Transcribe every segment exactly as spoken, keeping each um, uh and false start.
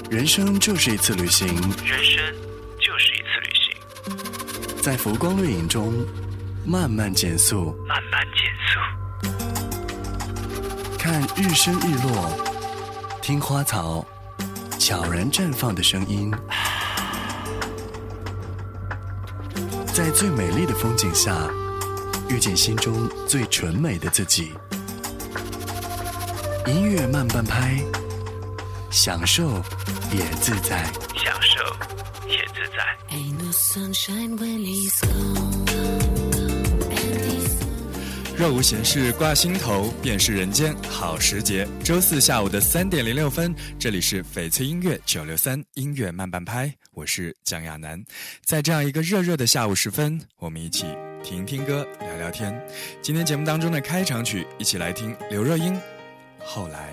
人生就是一次旅行， 人生就是一次旅行， 在浮光掠影中慢慢减速， 慢慢减速， 看日升日落，听花草悄然绽放的声音，在最美丽的风景下遇见心中最纯美的自己。音乐慢半拍，享受也自在， 享受也自在。 若无闲事挂心头，便是人间好时节。周四下午的三点零六分，这里是翡翠音乐九六三音乐慢半拍，我是蒋亚楠。在这样一个热热的下午时分，我们一起听听歌，聊聊天。今天节目当中的开场曲，一起来听刘若英《后来》。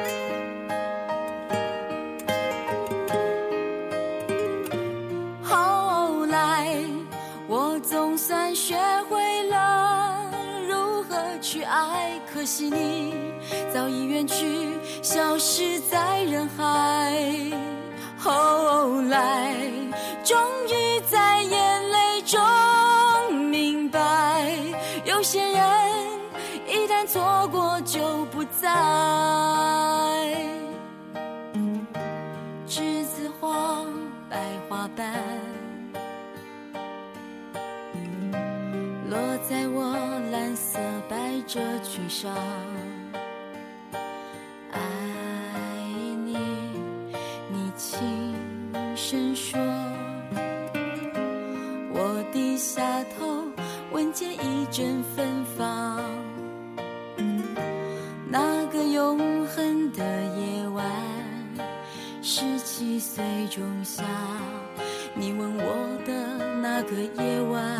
后来，我总算学会了如何去爱，可惜你早已远去，消失在人海。后来，终于在眼泪中明白，有些人一旦错过就不再。栀子花白花瓣落在我蓝色百褶裙上，爱你，你轻声说，我低下头闻见一阵芬芳。那个永恒的夜晚，十七岁仲夏，你吻我的那个夜晚，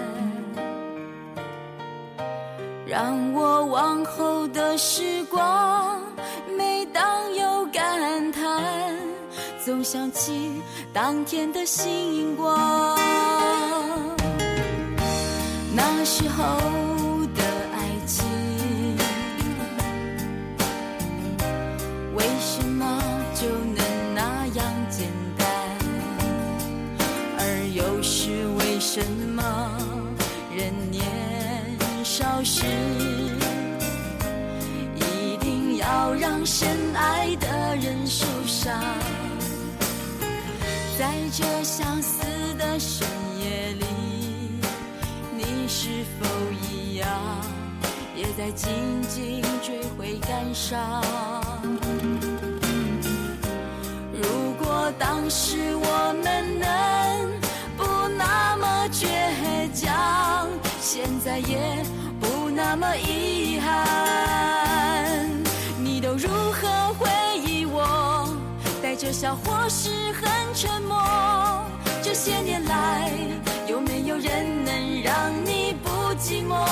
让我往后的时光，每当有感叹，总想起当天的星光。那时候的爱情，为什么就能那样简单？而又是为什么人年少时，一定要让深爱的人受伤？在这相似的深夜里，你是否一样，也在紧紧追悔感伤？如果当时我们能不那么倔强，现在也不那么遗憾。你都如何回忆我？带着笑或是很沉默。这些年来，有没有人能让你不寂寞？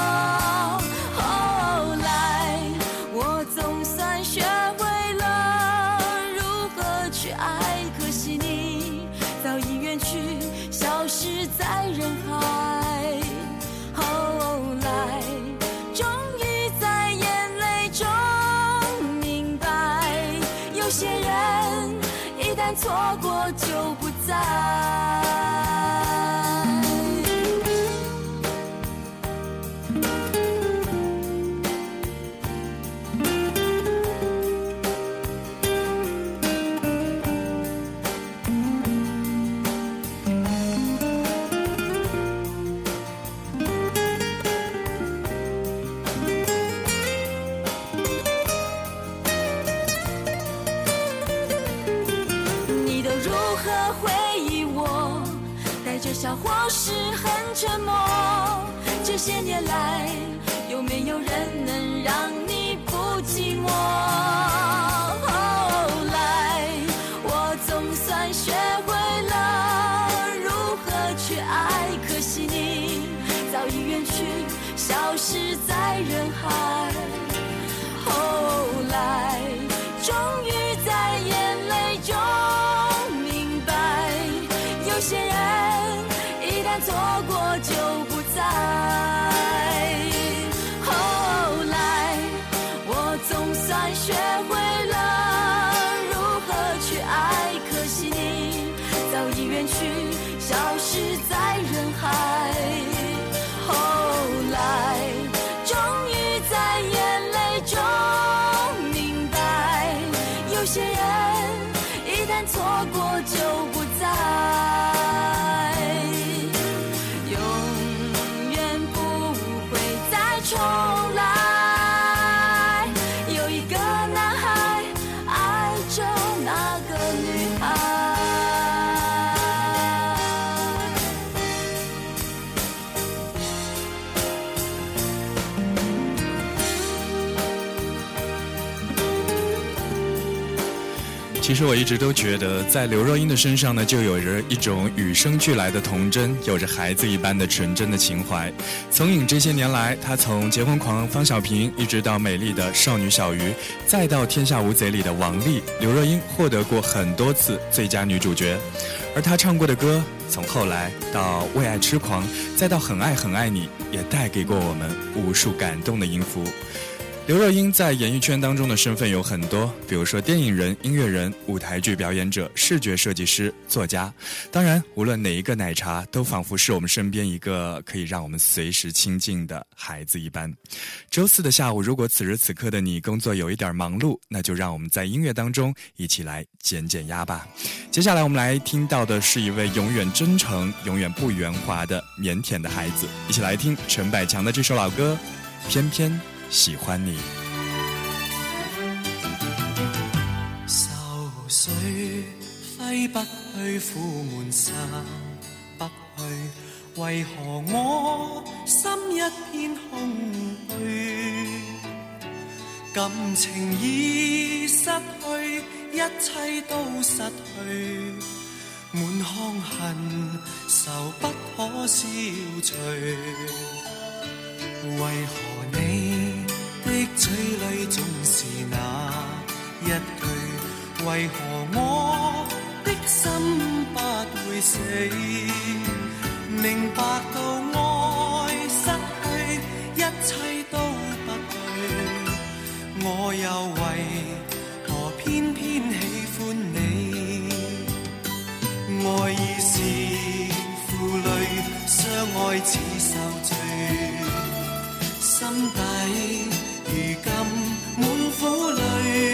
后来，我总算学会了如何去爱，可惜你早已远去，消失在人海。后来，终于在眼泪中明白，有些人一旦错过就不再。这笑或是很沉默。这些年来，有没有人能让你不寂寞？后来，我总算学会了如何去爱，可惜你早已远去，消失在人海。后来，终于在眼泪中明白，有些人错过就不再。后来，我总算学会远去，消失在人海。后来终于在眼泪中明白，有些人一旦错过就不再，永远不会再重来。有一个男孩爱着那个女孩。 其实我一直都觉得，在刘若英的身上呢，就有着一种与生俱来的童真，有着孩子一般的纯真的情怀。从影这些年来，她从结婚狂方小平，一直到美丽的少女小鱼，再到天下无贼里的王丽，刘若英获得过很多次最佳女主角。而她唱过的歌，从后来到为爱痴狂，再到很爱很爱你，也带给过我们无数感动的音符。刘若英在演艺圈当中的身份有很多，比如说电影人、音乐人、舞台剧表演者、视觉设计师、作家。当然，无论哪一个奶茶，都仿佛是我们身边一个可以让我们随时亲近的孩子一般。周四的下午，如果此时此刻的你工作有一点忙碌，那就让我们在音乐当中一起来减减压吧。接下来我们来听到的是一位永远真诚、永远不圆滑的腼腆的孩子，一起来听陈百强的这首老歌《偏偏喜欢你》。 愁緒揮不去，苦悶散不去，為何我心一片空虛？感情已失去，一切都失去，滿腔恨愁不可消除。為何你的嘴裏總是那一句？為何我的心不會死？明白到愛失去，一切都不對，我又為何偏偏喜歡你？愛已是負累，相愛似受罪，心底如今滿苦淚，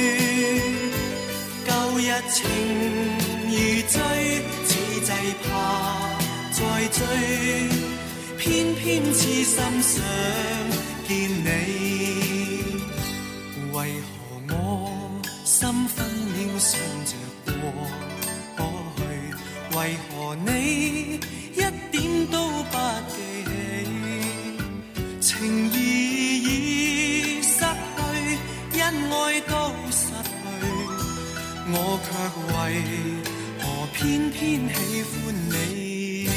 舊日情如醉，此際怕再追，偏偏痴心想見你。為何我心分秒想着過去？為何你一點都不記起？情義已失去，因愛都失去，我卻為何偏偏喜歡你？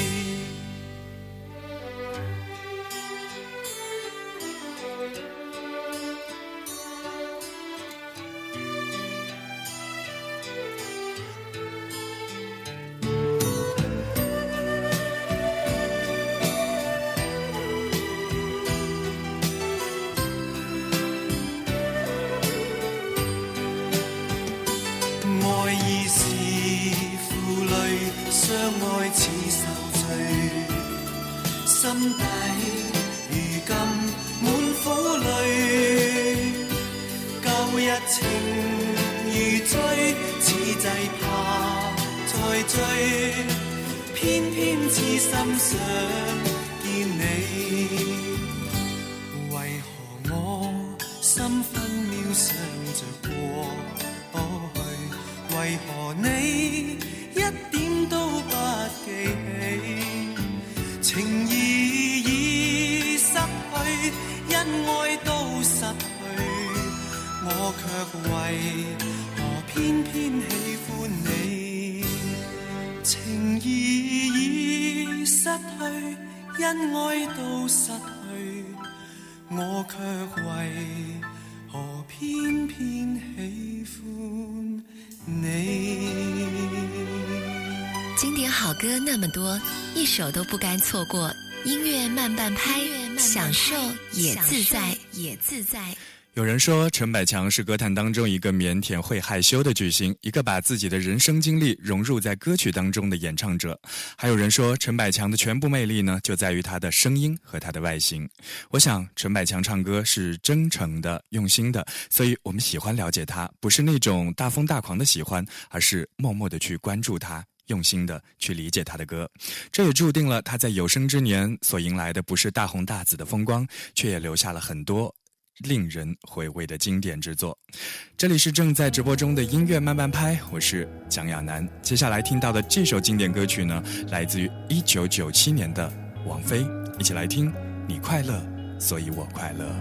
心底如今滿苦淚，舊日情如醉，此際怕再追，偏偏痴心想見你。為何我心分秒想着過去？為何你一點都不記起？情義已失去，因愛都失去，我卻為何偏偏喜歡你？情義已失去，因愛都失去，我卻為何偏偏喜歡你？ 经典好歌那么多，一首都不该错过。音乐慢半拍，享受也自在，也自在。 有人说陈百强是歌坛当中一个腼腆会害羞的巨星，一个把自己的人生经历融入在歌曲当中的演唱者。还有人说陈百强的全部魅力呢，就在于他的声音和他的外形。我想陈百强唱歌是真诚的、用心的，所以我们喜欢了解他，不是那种大疯大狂的喜欢，而是默默地去关注他，用心的去理解他的歌。这也注定了他在有生之年所迎来的不是大红大紫的风光，却也留下了很多令人回味的经典之作。这里是正在直播中的音乐慢慢拍，我是蒋亚楠。接下来听到的这首经典歌曲呢，来自于一九九七年的王菲，一起来听你快乐所以我快乐。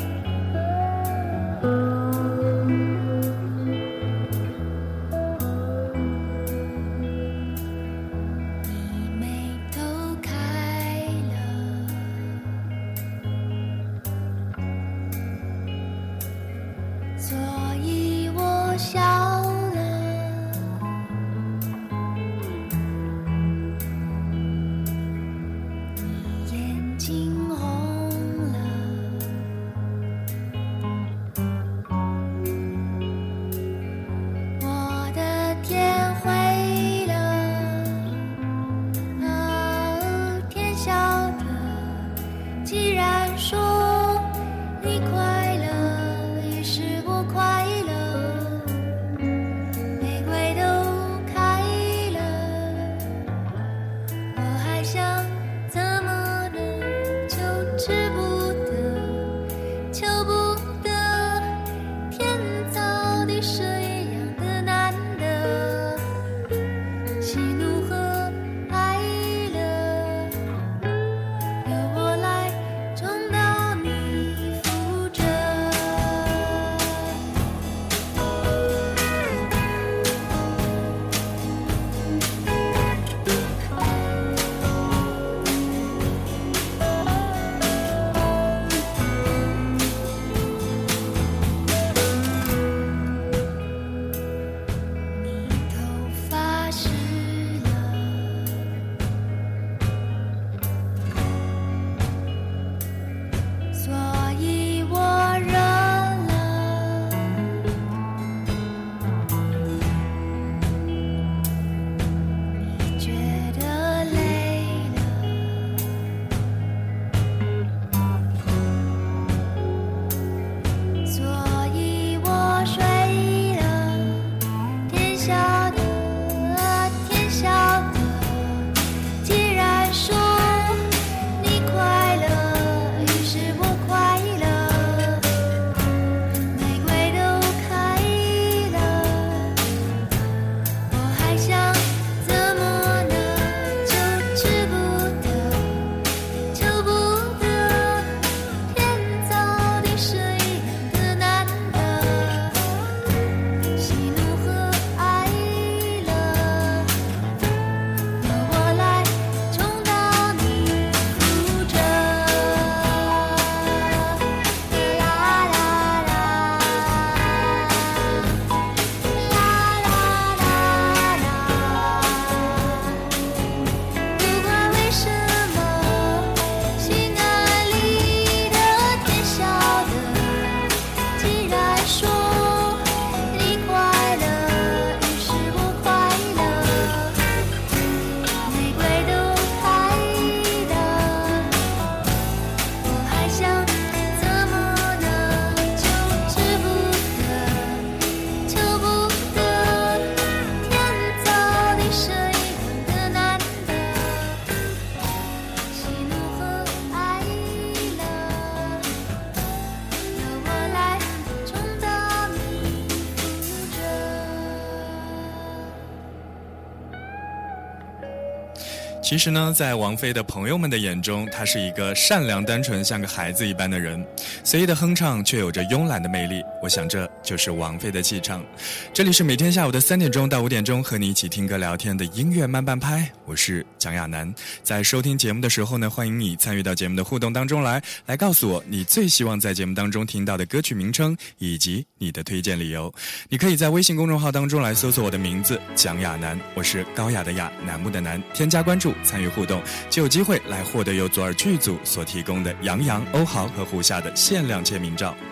其实呢，在王菲的朋友们的眼中，她是一个善良单纯像个孩子一般的人，随意的哼唱却有着慵懒的魅力，我想这就是王菲的气场。这里是每天下午的三点钟到五点钟和你一起听歌聊天的音乐慢半拍，我是蒋亚楠。在收听节目的时候呢，欢迎你参与到节目的互动当中来，来告诉我你最希望在节目当中听到的歌曲名称以及你的推荐理由。你可以在微信公众号当中来搜索我的名字蒋亚楠，我是高雅的雅，楠木的楠，添加关注参与互动，就有机会来获得由左耳剧组所提供的杨洋、欧豪和胡夏的限量签名照。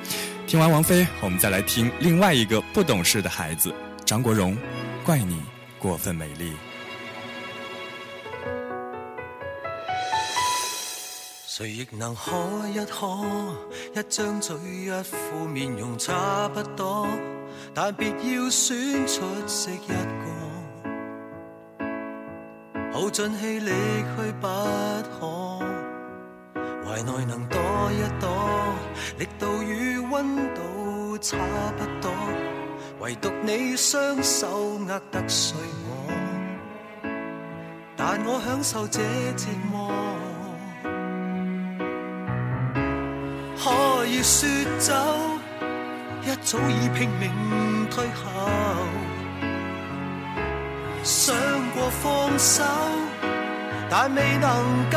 听完王菲，我们再来听另外一个不懂事的孩子张国荣，怪你过分美丽。 誰亦能可一可，一張嘴一副面容差不多，但別要選出色一個，耗盡氣力去不可，懷內能躲一躲，力度與溫度差不多，唯獨你雙手握得碎我，但我享受這折磨。可以說走，一早已拼命退後，想過放手，但未能夠。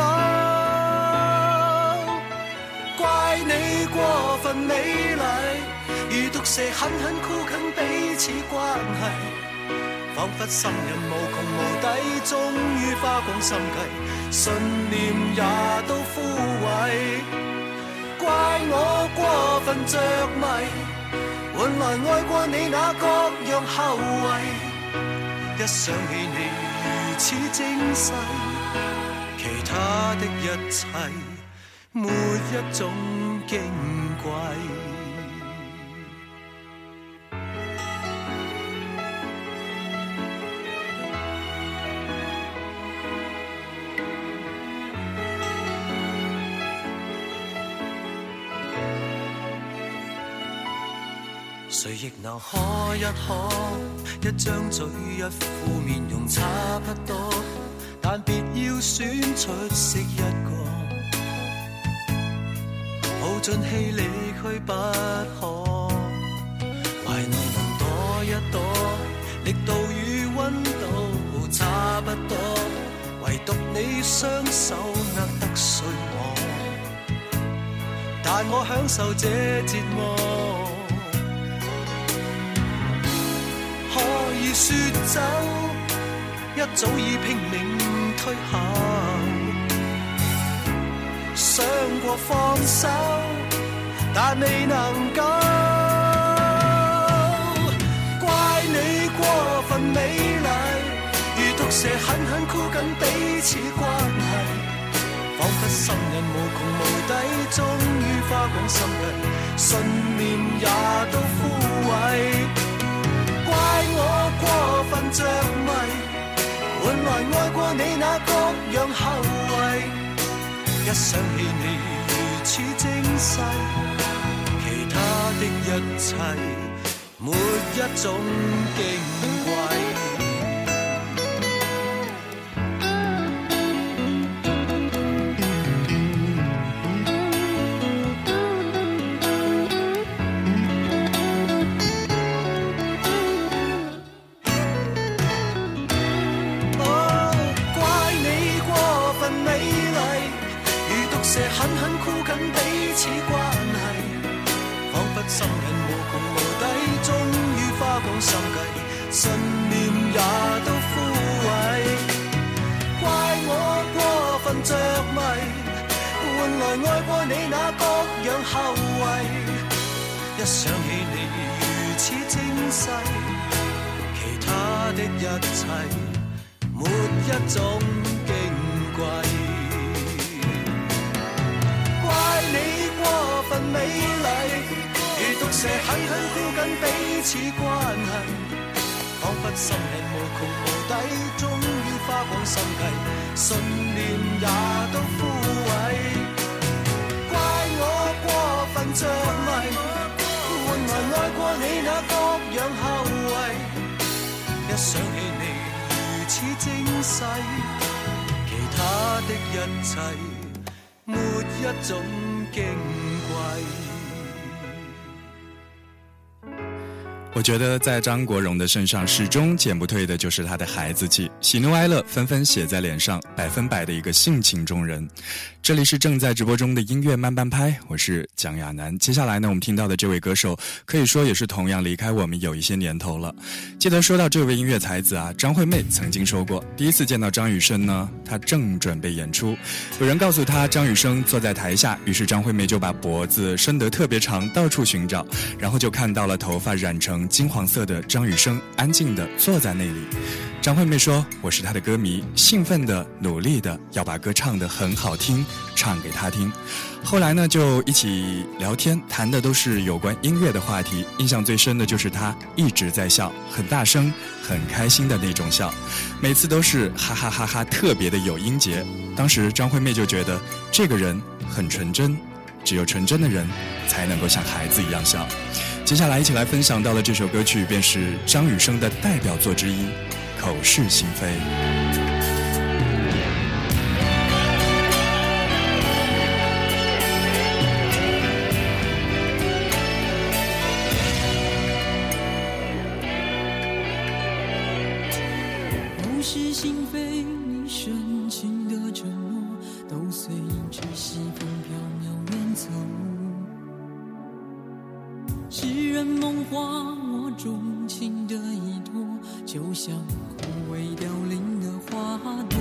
怪你過分美麗，如毒蛇狠狠箍緊彼此關係，彷彿心人無窮無底，終於花光心計，信念也都枯萎。怪我過分着迷，換來愛過你那各樣後遺，一想起你如此精細，其他的一切沒一種矜貴。誰亦能可一可，一張嘴一副面容差不多，但別要選出色一個，耗盡氣力去不可，懷內能躲一躲，力度與溫度差不多，唯獨你雙手握得碎我，但我享受這折磨。可以說走，一早已拼命退後，想過放手，但未能夠。怪你過分美麗，如毒蛇狠狠箍緊彼此關係，彷彿心人無窮無底，終於花光心計，信念也都枯萎。怪我過分着迷，換來愛過你那各樣後遺，一想起你如此精細，其他的一切沒一種矜貴。狠狠箍緊彼此關係，彷彿心人無窮無底，終於花光心計，信念也都枯萎。怪我過分着迷，換來愛過你那各樣後遺，一想起你如此精細，其他的一切沒一種矜貴。你過分美麗，如毒蛇狠狠箍緊彼此關係，彷彿心人無窮無底，終於花光心計，信念也都枯萎。怪我過分着迷，換來愛過你那各樣後遺，一想起你如此精細，其他的一切沒一種矜貴。 我觉得在张国荣的身上始终减不退的就是他的孩子气，喜怒哀乐纷纷写在脸上，百分百的一个性情中人。这里是正在直播中的音乐慢半拍，我是蒋亚楠。接下来呢，我们听到的这位歌手可以说也是同样离开我们有一些年头了。记得说到这位音乐才子啊，张惠妹曾经说过，第一次见到张雨生呢，她正准备演出，有人告诉她张雨生坐在台下，于是张惠妹就把脖子伸得特别长，到处寻找，然后就看到了头发染成金黄色的张雨生安静地坐在那里。张惠妹说，我是她的歌迷，兴奋的努力的要把歌唱得很好听，唱给她听。后来呢，就一起聊天，谈的都是有关音乐的话题，印象最深的就是她一直在笑，很大声很开心的那种笑，每次都是哈哈哈哈，特别的有音节。当时张惠妹就觉得这个人很纯真，只有纯真的人才能够像孩子一样笑。接下来一起来分享到的这首歌曲便是张雨生的代表作之一《口是心非》。 口是心非，你深情的承诺都随着西风飘渺远走。诗人梦话，我钟情的依托，就像枯萎凋零的花朵。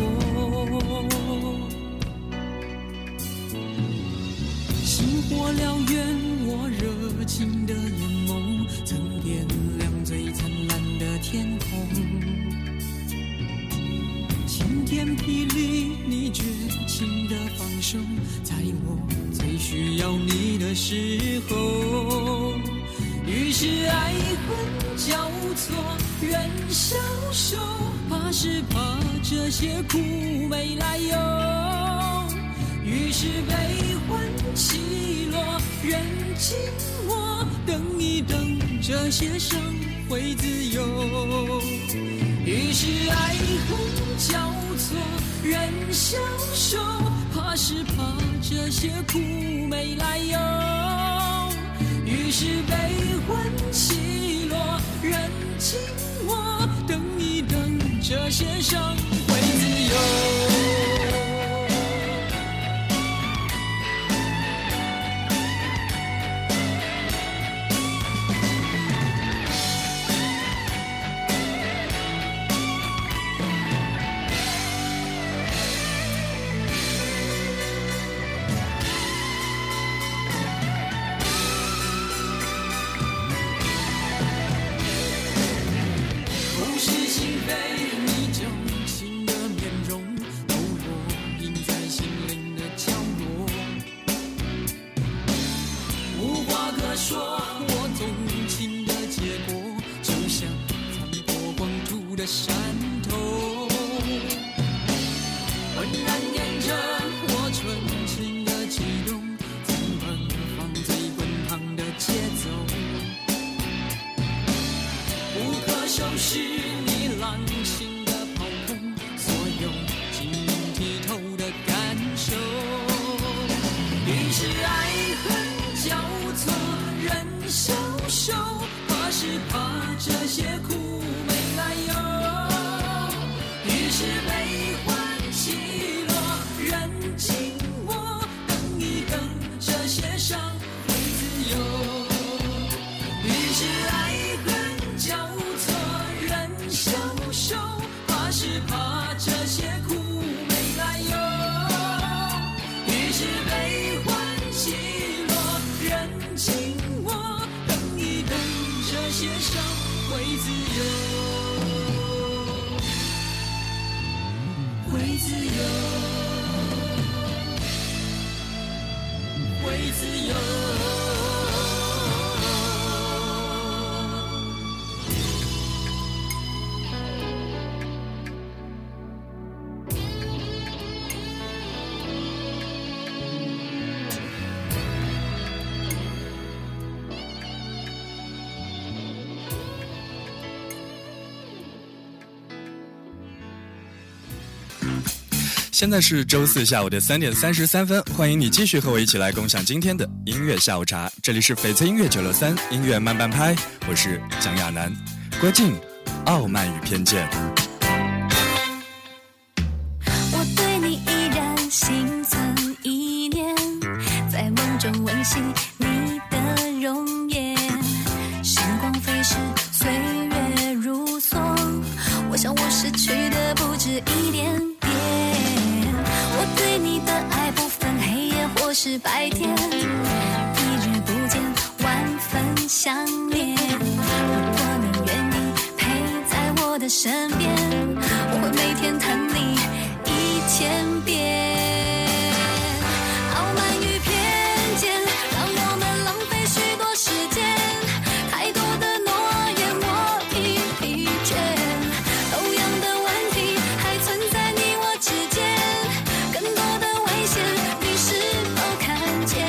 星火燎原，我热情的眼眸，曾点亮最灿烂的天空。晴天霹雳，你绝情的放手，在我最需要你的时候。于是爱恨交错，人消瘦，怕是怕这些苦没来由。于是悲欢起落，人静默，等一等，这些伤会自由。于是爱恨交错，人消瘦，怕是怕这些苦没来由。于是悲欢起落，人静默，等一等，这些伤会自由。山头浑然沿着我纯情的悸动，怎奔放最滚烫的节奏，不可收拾你浪情的炮轰，所有晶莹剔透的感受。于是爱恨交错，人消瘦，怕是怕这些苦没来由。是悲欢起落，人静默，等一等，这些伤会自由。于是爱恨交错，人消瘦，怕是怕这些苦没来由。于是悲欢起落，人静默，等一等，这些伤会自由。会自由，会自由。 现在是周四下午的三点三十三分，欢迎你继续和我一起来共享今天的音乐下午茶。这里是翡翠音乐九六三音乐慢半拍，我是蒋亚楠。郭靖，傲慢与偏见。 我对你依然心存依恋，在梦中温习你的容颜。时光飞逝，岁月如梭，我想我失去的不止一点点。我对你的爱不分黑夜或是白天，一日不见，万分想念。如果你愿意陪在我的身边，我会每天疼你一千遍。傲慢与偏见让我们浪费许多时间，太多的诺言我已疲倦，同样的问题还存在你我之间，更多的危险你是否看见？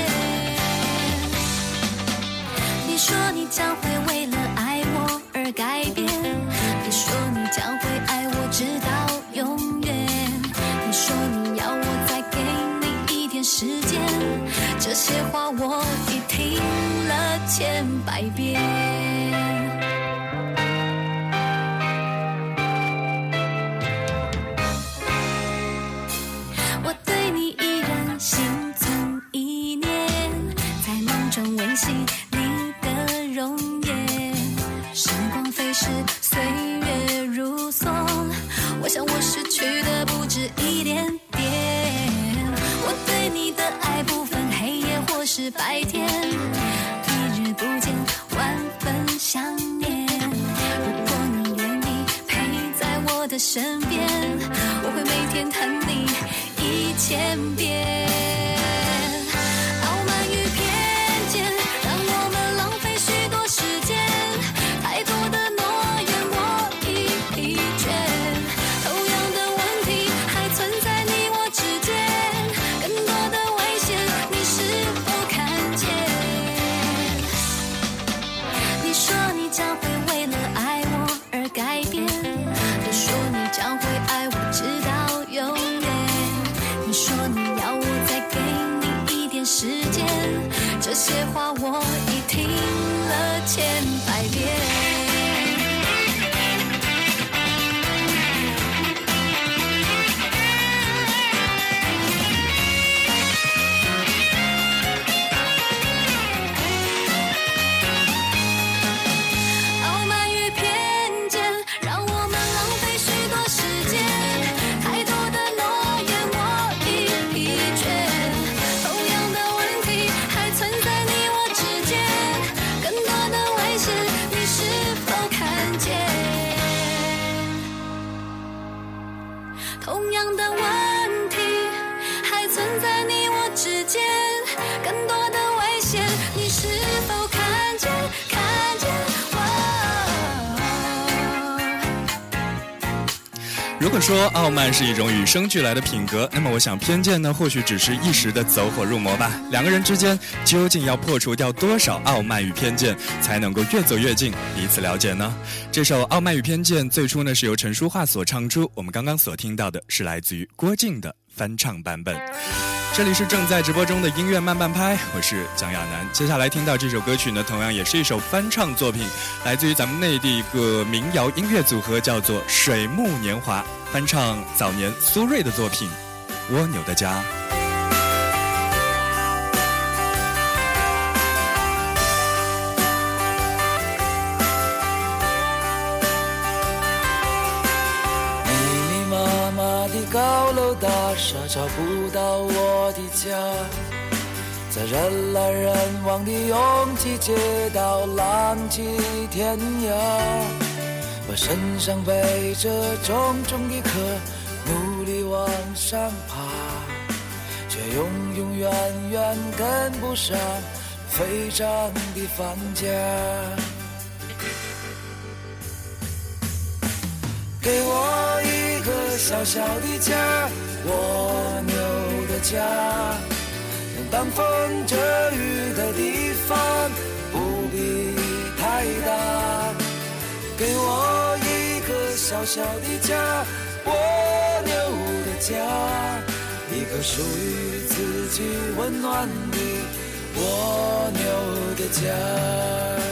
你说你将会为了爱我而改变，你说你将会爱我直到永远，你说你要我再给你一点时间，这些话我已听了千百遍。我对你依然心存依念，在梦中温习你的容颜。时光飞逝，岁月如梭，我想我失去的不止一点点。我对你的爱不分黑夜或是白天，一日不见，万分想念。如果你愿意陪在我的身边，我会每天疼你一千遍。傲慢与偏见让我们浪费许多时间，太多的诺言我已疲倦，同样的问题还存在你我之间，更多的危险你是否看见？你说你将会为了爱我而改变，你说你将会爱我直到永远，你说你要我再给你一点时间，这些话我已听了千百遍。傲慢与偏见让我们浪费许多时间，太多的诺言我已疲倦，同样的问题还存在你我之间，更多的危险你是否看见？同样的问题还存在你我之间，更多的危险你是否看见？看见。 如果说傲慢是一种与生俱来的品格，那么我想偏见呢，或许只是一时的走火入魔吧。两个人之间究竟要破除掉多少傲慢与偏见，才能够越走越近，彼此了解呢？这首《傲慢与偏见》最初呢是由陈淑桦所唱出，我们刚刚所听到的是来自于郭靖的翻唱版本。这里是正在直播中的音乐慢半拍，我是蒋亚楠。接下来听到这首歌曲呢，同样也是一首翻唱作品，来自于咱们内地一个民谣音乐组合，叫做水木年华，翻唱早年苏芮的作品《蜗牛的家》。 高楼大厦找不到我的家，在人来人往的拥挤街道浪迹天涯，我身上背着重重的壳，努力往上爬，却永永远远跟不上飞涨的房价。给我一个小小的家，蜗牛的家，能挡风遮雨的地方不必太大。给我一个小小的家，蜗牛的家，一个属于自己温暖的蜗牛的家。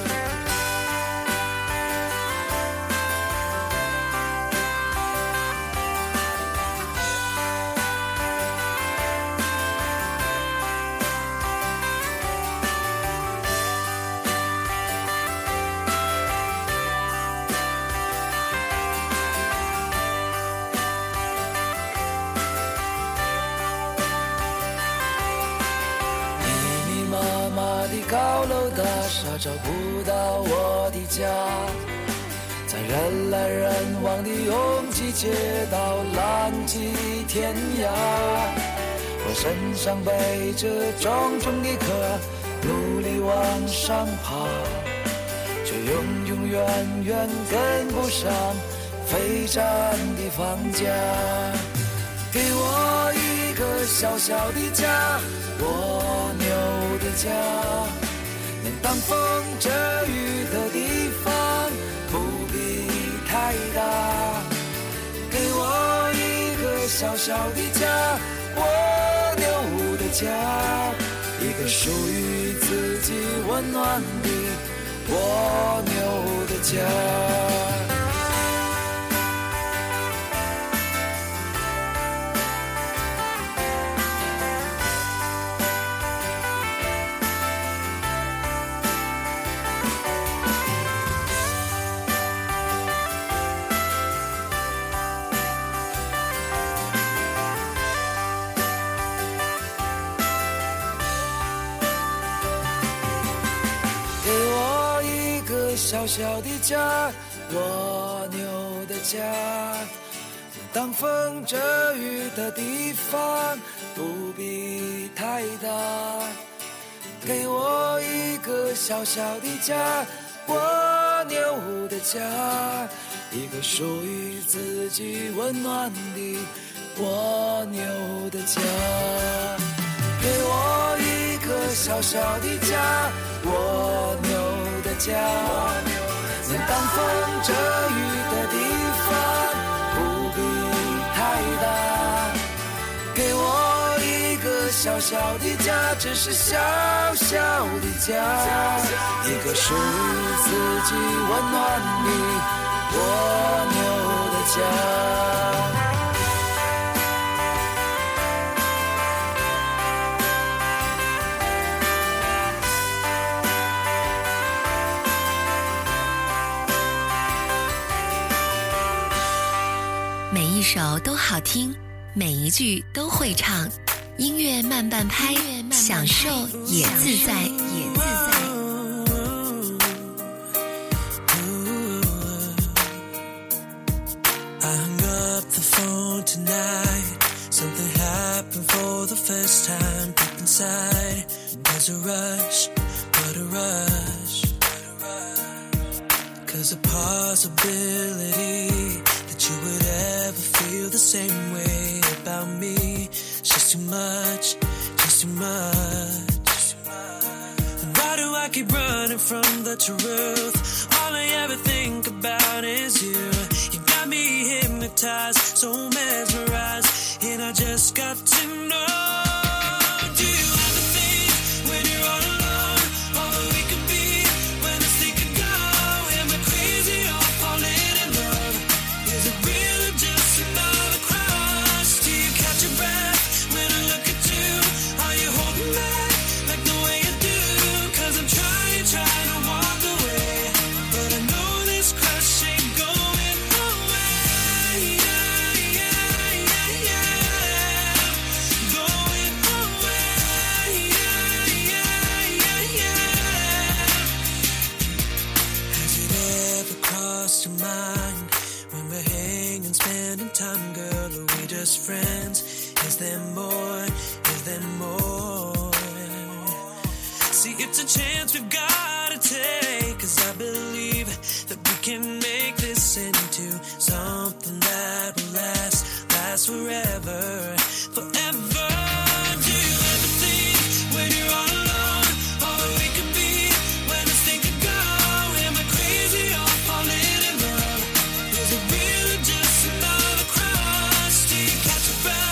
高楼大厦找不到我的家，在人来人往的拥挤街道浪迹天涯。我身上背着重重的壳，努力往上爬，却永永远远跟不上飞涨的房价。给我一个小小的家，蜗牛的家，能挡风遮雨的地方，不必太大。给我一个小小的家，蜗牛的家，一个属于自己温暖的蜗牛的家。小小的家，蜗牛的家，挡风遮雨的地方，不必太大。给我一个小小的家，蜗牛的家，一个属于自己温暖的蜗牛的家。给我一个小小的家，蜗牛的家，能挡风遮雨的地方，不必太大。给我一个小小的家，只是小小的家，一个属于自己温暖的蜗牛的家。 每一首都好听，每一句都会唱，音乐慢半拍，享受也自在，也自在。 I hung up the phone tonight. Something happened for the first time deep inside. There's a rush, what a rush. Cause a possibility you would ever feel the same way about me. It's just too much, just too much. And why do I keep running from the truth? All I ever think about is you. You got me hypnotized, so mesmerized, and I just got to know. Do you ever think when you're all alone, all that we could be, when this thing could go? Am I crazy or falling in love? Is it real or just another crush? Do you catch your breath when I look at you? Are you holding back like the way you do? Cause I'm trying, trying to walk away, but I know this crush ain't going away. Yeah, yeah, yeah, yeah. Going away. Yeah, yeah, yeah, yeah. Has it ever crossed your mind? When we're hanging, spending time, girl, are we just friends? Is there more? Is there more? See, it's a chance we've gotta take, cause I believe that we can make this into something that will last, last forever, forever. Do you ever think when you're all alone, all that we could be, when this thing could go? Am I crazy or falling in love? Is it real or just another crush? Do you catch a breath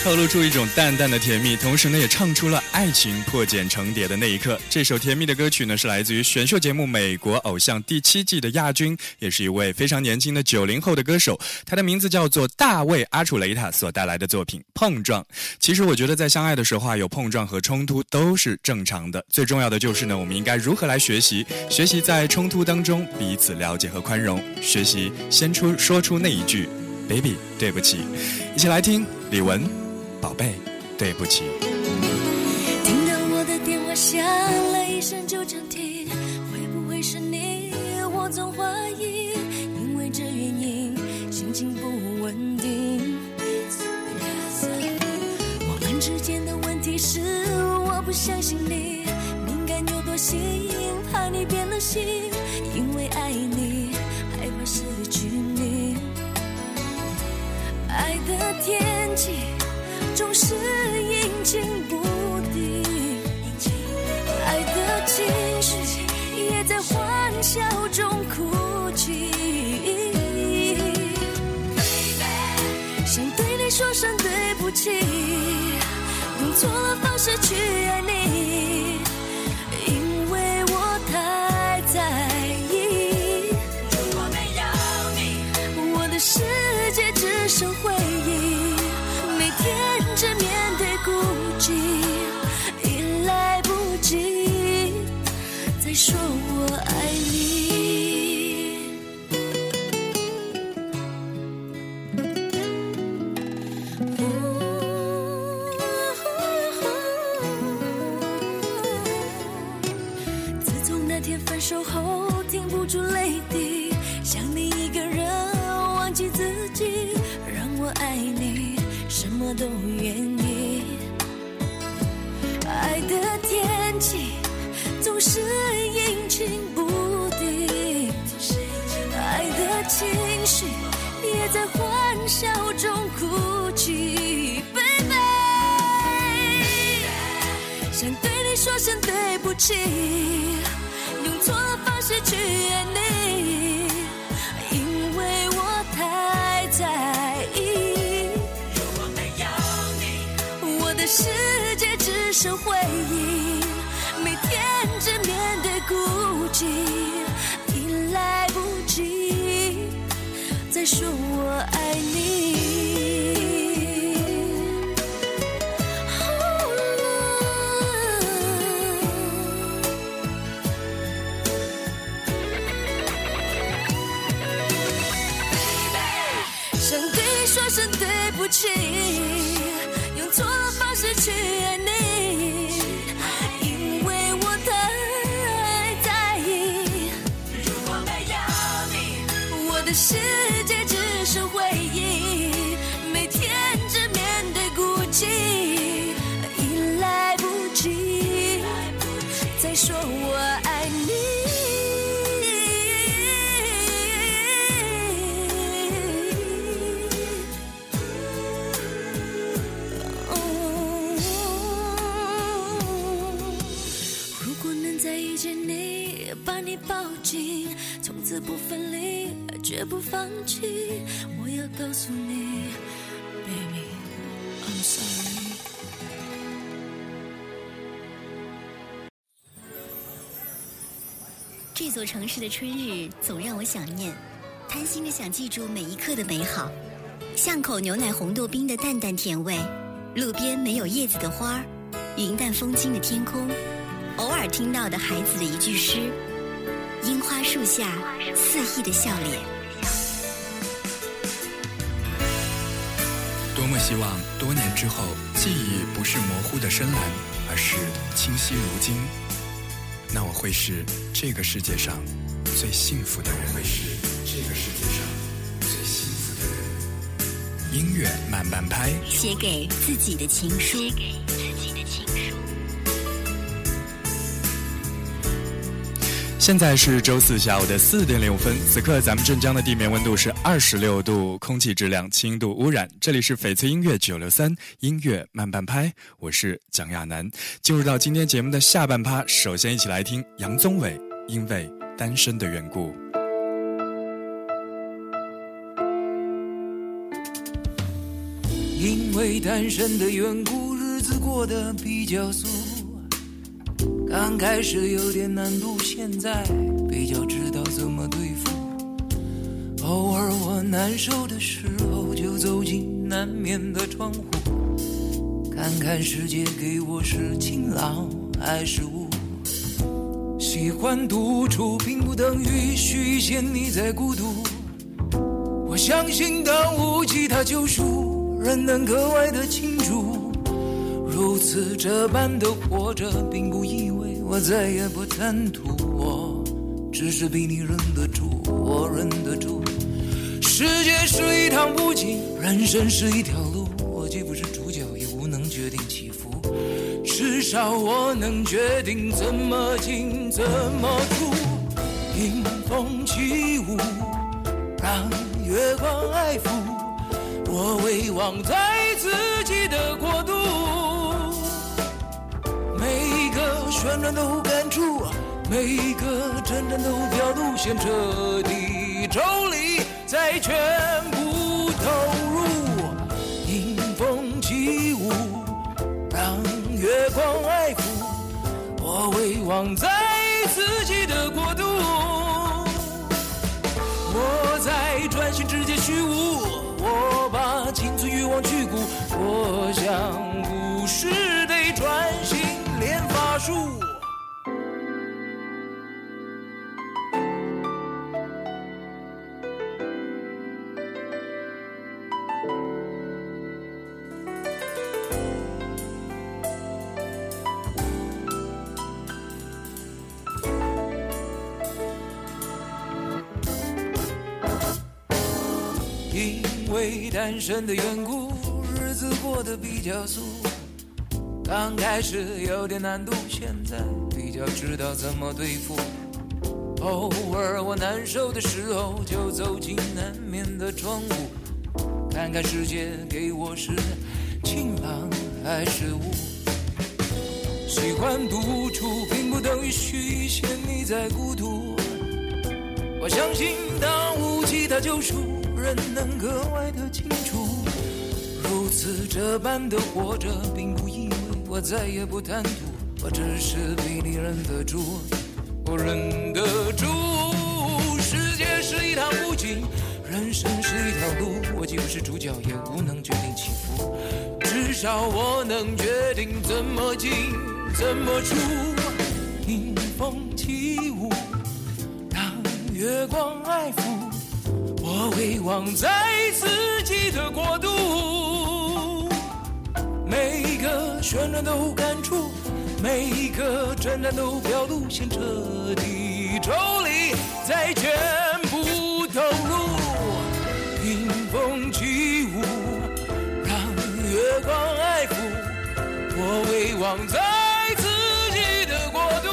透露出一种淡淡的甜蜜，同时呢也唱出了爱情破茧成蝶的那一刻。这首甜蜜的歌曲呢是来自于选秀节目《美国偶像》第七季的亚军，也是一位非常年轻的九零后的歌手，他的名字叫做大卫阿楚雷塔所带来的作品《碰撞》。其实我觉得在相爱的时候啊，有碰撞和冲突都是正常的，最重要的就是呢我们应该如何来学习学习在冲突当中彼此了解和宽容，学习先出说出那一句 baby 对不起。一起来听李玟宝贝对不起。 听到我的电话响了一声就暂停，会不会是你？我总怀疑，因为这原因心情不稳定。我们之间的问题是我不相信你，敏感又多心，怕你变了心，因为爱你害怕失去你。爱的天气总是阴晴不定，爱的情绪也在欢笑中哭泣。想对你说声对不起，用错了方式去爱你，因为我太在意。如果没有你，我的世界只剩回忆，每天只面对孤寂，已来不及再说我爱你。自从那天分手后，停不住泪滴，想你一个人忘记自己，让我爱你什么都愿意。爱的天气总是阴晴不定，爱的情绪也在欢笑中哭泣。 Baby， 想对你说声对不起，用错了方式去爱你，因为我太在意。如果没有你，我的世界只剩回忆，每天只面对孤寂，已来不及再说我爱你。想对你说声对不起，用错了方式去爱你，因为我太在意。如果没有你，我的世界只剩回忆，每天只面对孤寂，已来不及再说我爱你。把你抱紧，从此不分离，绝不放弃。我要告诉你 ，Baby, I'm sorry。 这座城市的春日总让我想念，贪心的想记住每一刻的美好。巷口牛奶红豆冰的淡淡甜味，路边没有叶子的花，云淡风轻的天空。偶尔听到的孩子的一句诗，樱花树下肆意的笑脸。 多么希望多年之后，记忆不是模糊的深蓝，而是清晰如今。那我会是这个世界上最幸福的人，会是这个世界上最幸福的人。音乐慢半拍， 写给自己的情书。 现在是周四下午的四点零五分，此刻咱们镇江的地面温度是二十六度，空气质量轻度污染。这里是翡翠音乐九六三音乐慢半拍，我是蒋亚楠。进入到今天节目的下半趴，首先一起来听杨宗纬《因为单身的缘故》。 因因为单身的缘故，日子过得比较俗。刚开始有点难度，现在比较知道怎么对付。偶尔我难受的时候，就走进南面的窗户，看看世界给我是晴朗还是雾。喜欢独处并不等于虚陷你在孤独，我相信当无其他救赎，人能格外的清楚。如此这般的活着，并不意味我再也不贪图，我只是比你忍得住，我忍得住。世界是一趟不景，人生是一条路，我既不是主角，也无能决定起伏，至少我能决定怎么进怎么出。迎风起舞，让月光爱抚，我遗忘在自己的国度，每一个旋转都感触，每一个真正都表路线彻底抽离，再全部投入。迎风起舞，让月光爱抚，我遗忘在自己的国度。我在专心直接虚无，我把青春欲望去骨，我想不是得专心练法术。因为单身的缘故，日子过得比较俗，刚开始有点难度，现在比较知道怎么对付。偶尔我难受的时候，就走进南面的窗户，看看世界给我是晴朗还是雾。喜欢独处并不等于虚陷你在孤独，我相信当无其他救赎，人能格外的清楚。如此这般的活着，并不意味我再也不贪图，我只是比你忍得住，我忍得住。世界是一趟无景，人生是一条路，我既不是主角，也无能决定起伏，至少我能决定怎么进怎么出。迎风起舞，让月光爱抚，我遗忘在自己的国度，每一个旋转都感触，每一个征战都表路线彻底抽离，再全部投入。迎风起舞，让月光爱抚，我遗忘在自己的国度，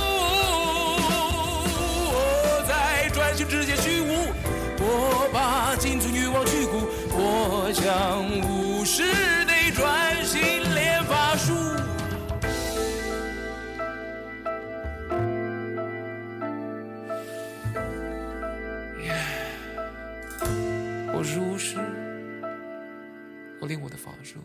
我在专心直接虚无，我把青春欲望去骨，我想无视得专心练法术。我是巫师，我练我的法术。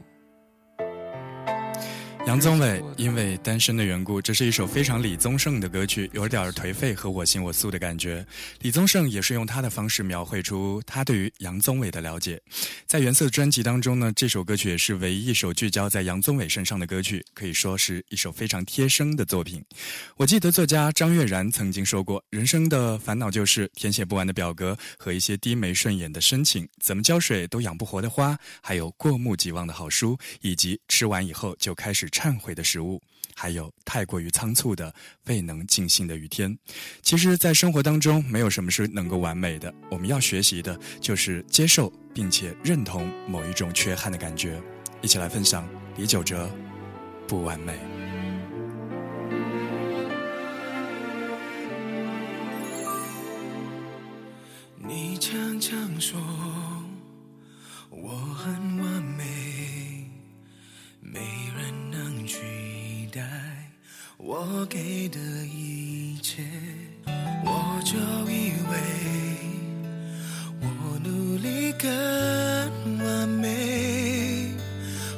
杨宗纬因为单身的缘故，这是一首非常李宗盛的歌曲，有点颓废和我行我素的感觉。李宗盛也是用他的方式描绘出他对于杨宗纬的了解。在原色专辑当中呢，这首歌曲也是唯一一首聚焦在杨宗纬身上的歌曲，可以说是一首非常贴声的作品。我记得作家张悦然曾经说过，人生的烦恼就是填写不完的表格和一些低眉顺眼的深情，怎么浇水都养不活的花，还有过目即忘的好书，以及吃完以后就开始忏悔的食物，还有太过于仓促的未能尽兴的雨天。其实在生活当中没有什么是能够完美的，我们要学习的就是接受并且认同某一种缺憾的感觉。一起来分享李玖哲不完美。 你常常说我很完美，没人能取代我给的一切，我就以为我努力更完美，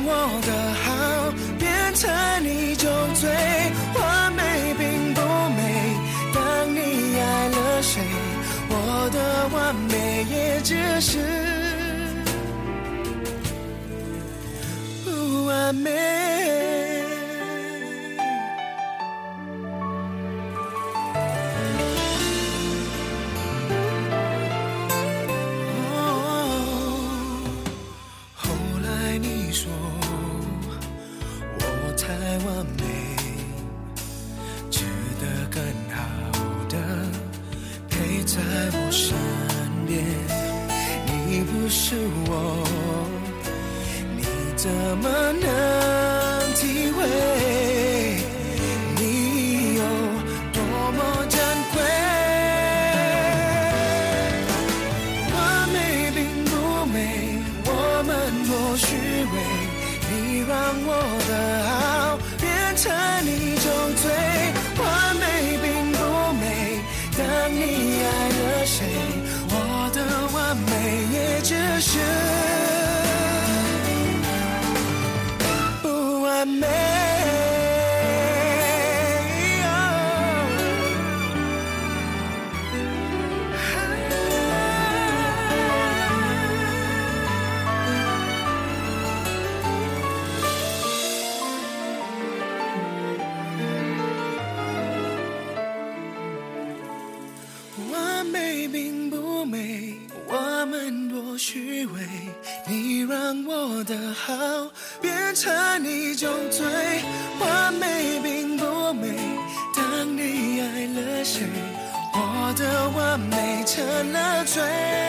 我的好变成一种罪。完美并不美，当你爱了谁，我的完美也只是不完美。在我身边，你不是我，你怎么能体会你有多么珍贵？完美并不美，我们多虚伪，你让我的好变成一种罪。完美并不美，当你爱了谁，我的完美也只是不完美。完美并不美，我们多虚伪，你让我的好变成一种罪。完美并不美，当你爱了谁，我的完美成了罪。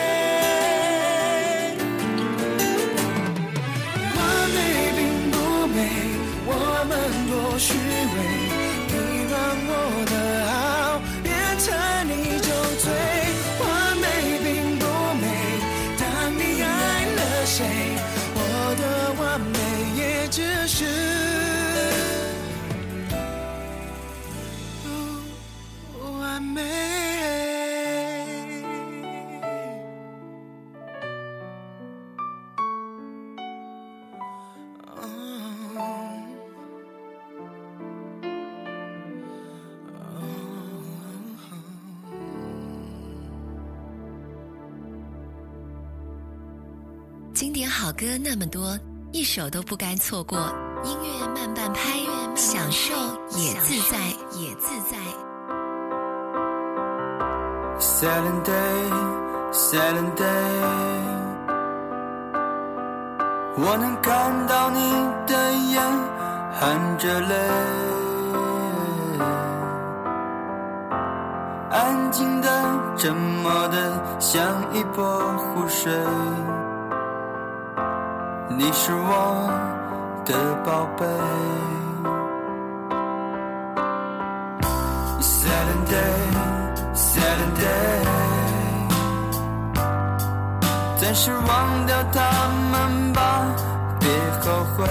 完美并不美，我们多虚伪，你让我的好变成一种罪。完美并不美，当你爱了谁，我的完美也只是不完美。 经典好歌那么多，一首都不该错过。音乐慢半拍，享受也自在，也自在。 Silent day, silent day， 我能看到你的眼含着泪，安静的、沉默的，像一波湖水。你是我的宝贝。Silent day, silent day， 暂时忘掉他们吧，别后悔。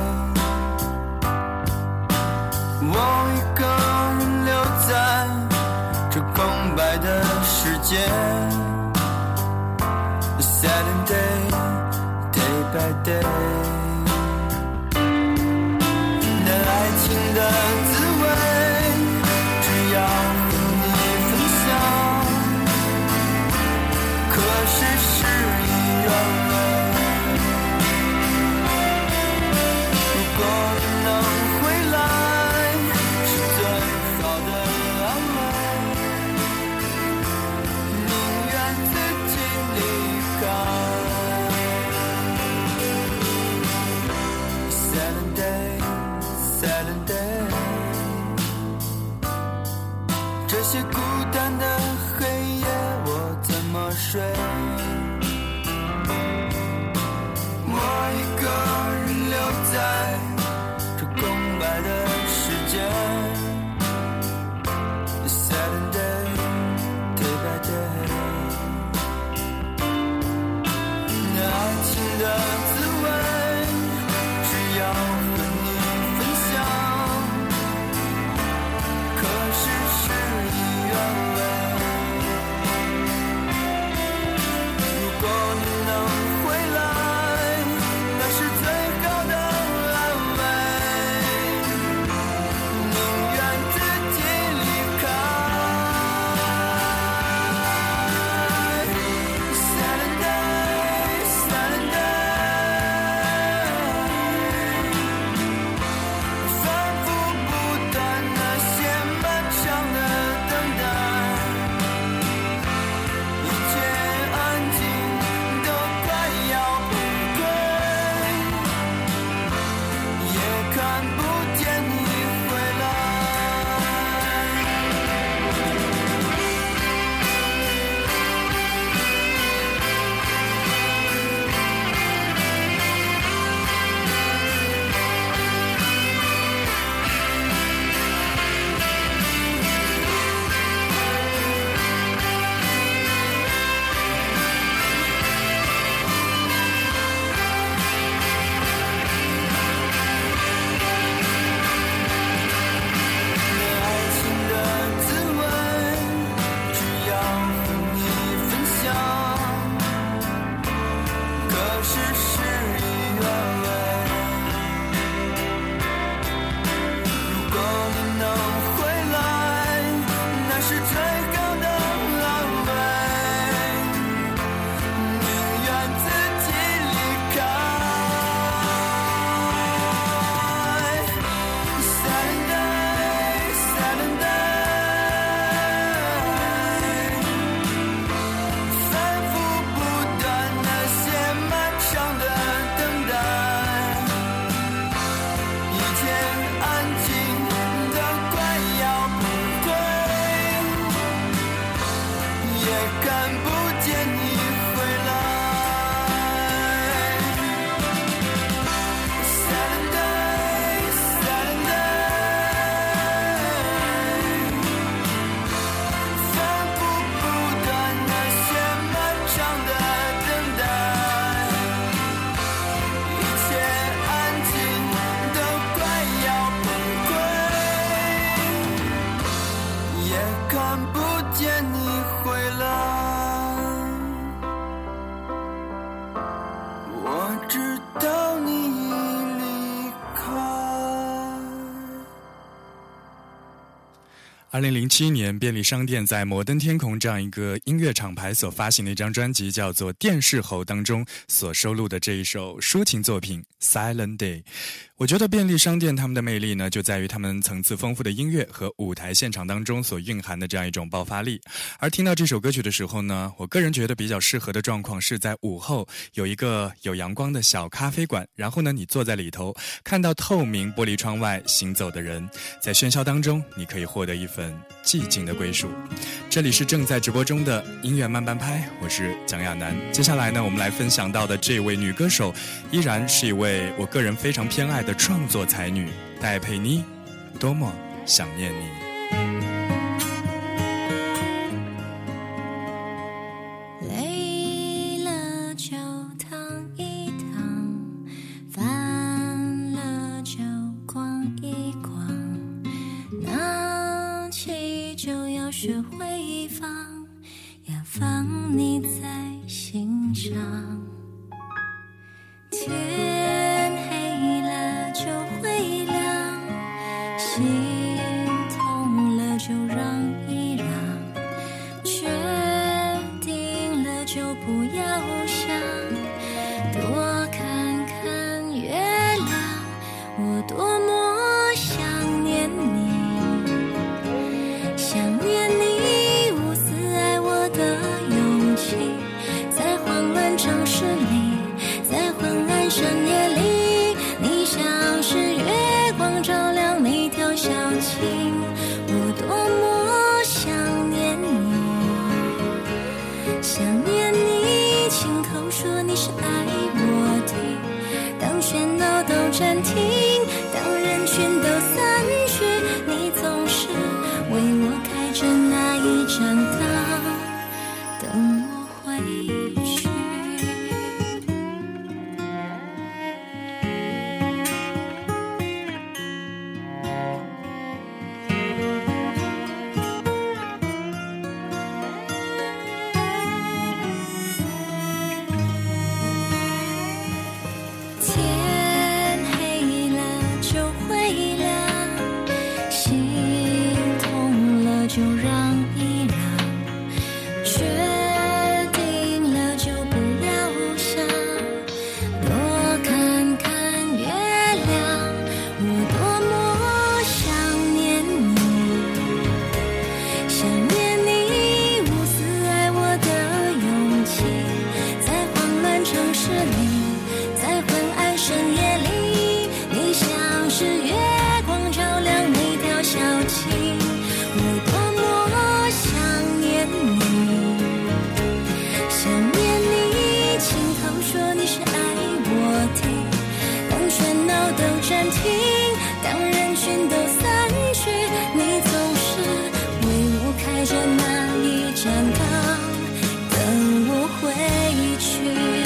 我一个人留在这空白的世界。Silent day，day by day， 那爱情的滋味，只要和你分享。可是事与愿违，如果能回来，是最好的安慰。宁愿自己离开。Silent day, silent day， 这些孤单的黑夜我怎么睡？我一个人留在这空白的世界。Silent day, day by day， 那爱情的滋味，只要和你分享。可是事与愿直到你离开。 二零零七年，便利商店在摩登天空这样一个音乐厂牌所发行的一张专辑叫做《电视猴》当中所收录的这一首抒情作品 Silent Day。 我觉得便利商店他们的魅力呢，就在于他们层次丰富的音乐和舞台现场当中所蕴含的这样一种爆发力。而听到这首歌曲的时候呢，我个人觉得比较适合的状况是在午后有一个有阳光的小咖啡馆，然后呢你坐在里头，看到透明玻璃窗外行走的人，在喧嚣当中你可以获得一份寂静的归属。这里是正在直播中的音乐慢半拍，我是蒋亚楠。接下来呢，我们来分享到的这位女歌手依然是一位我个人非常偏爱的创作才女戴佩妮，多么想念你。 累了就躺一躺，烦了就逛一逛，拿起就要学会放，要放你在心上。天黑了就会亮，心痛了就让一让，决定了就不要想，多看看月亮，我多么想念你，想念你无私爱我的勇气，在慌乱城市里，在昏暗深夜里，你像是月光照亮每条小径，我多么想念你，想念你亲口说你是爱我的，当喧闹都暂停，当人群都散去，你总是为我开着那一盏灯，等我回去。天黑了就会亮，心痛了就让一让，决定了就不要想，多看看月亮，我多么想念你，想念你无私爱我的勇气，在慌乱城市里，在昏暗深夜里，你像是月光照亮每条小径，我多么想念你，想念你亲口说你是爱我的，当喧闹都暂停，当人群都散去，你总是为我开着那一盏灯，等我回去。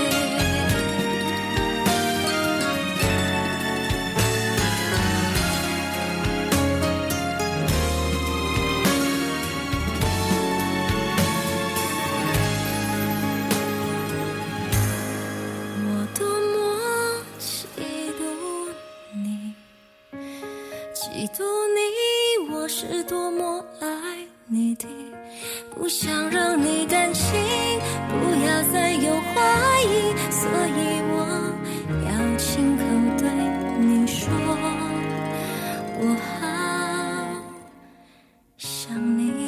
我多么嫉妒你，嫉妒你，我是多么爱你的，不想让你担心，不要再有怀疑，所以我要亲口对你说，我好想你。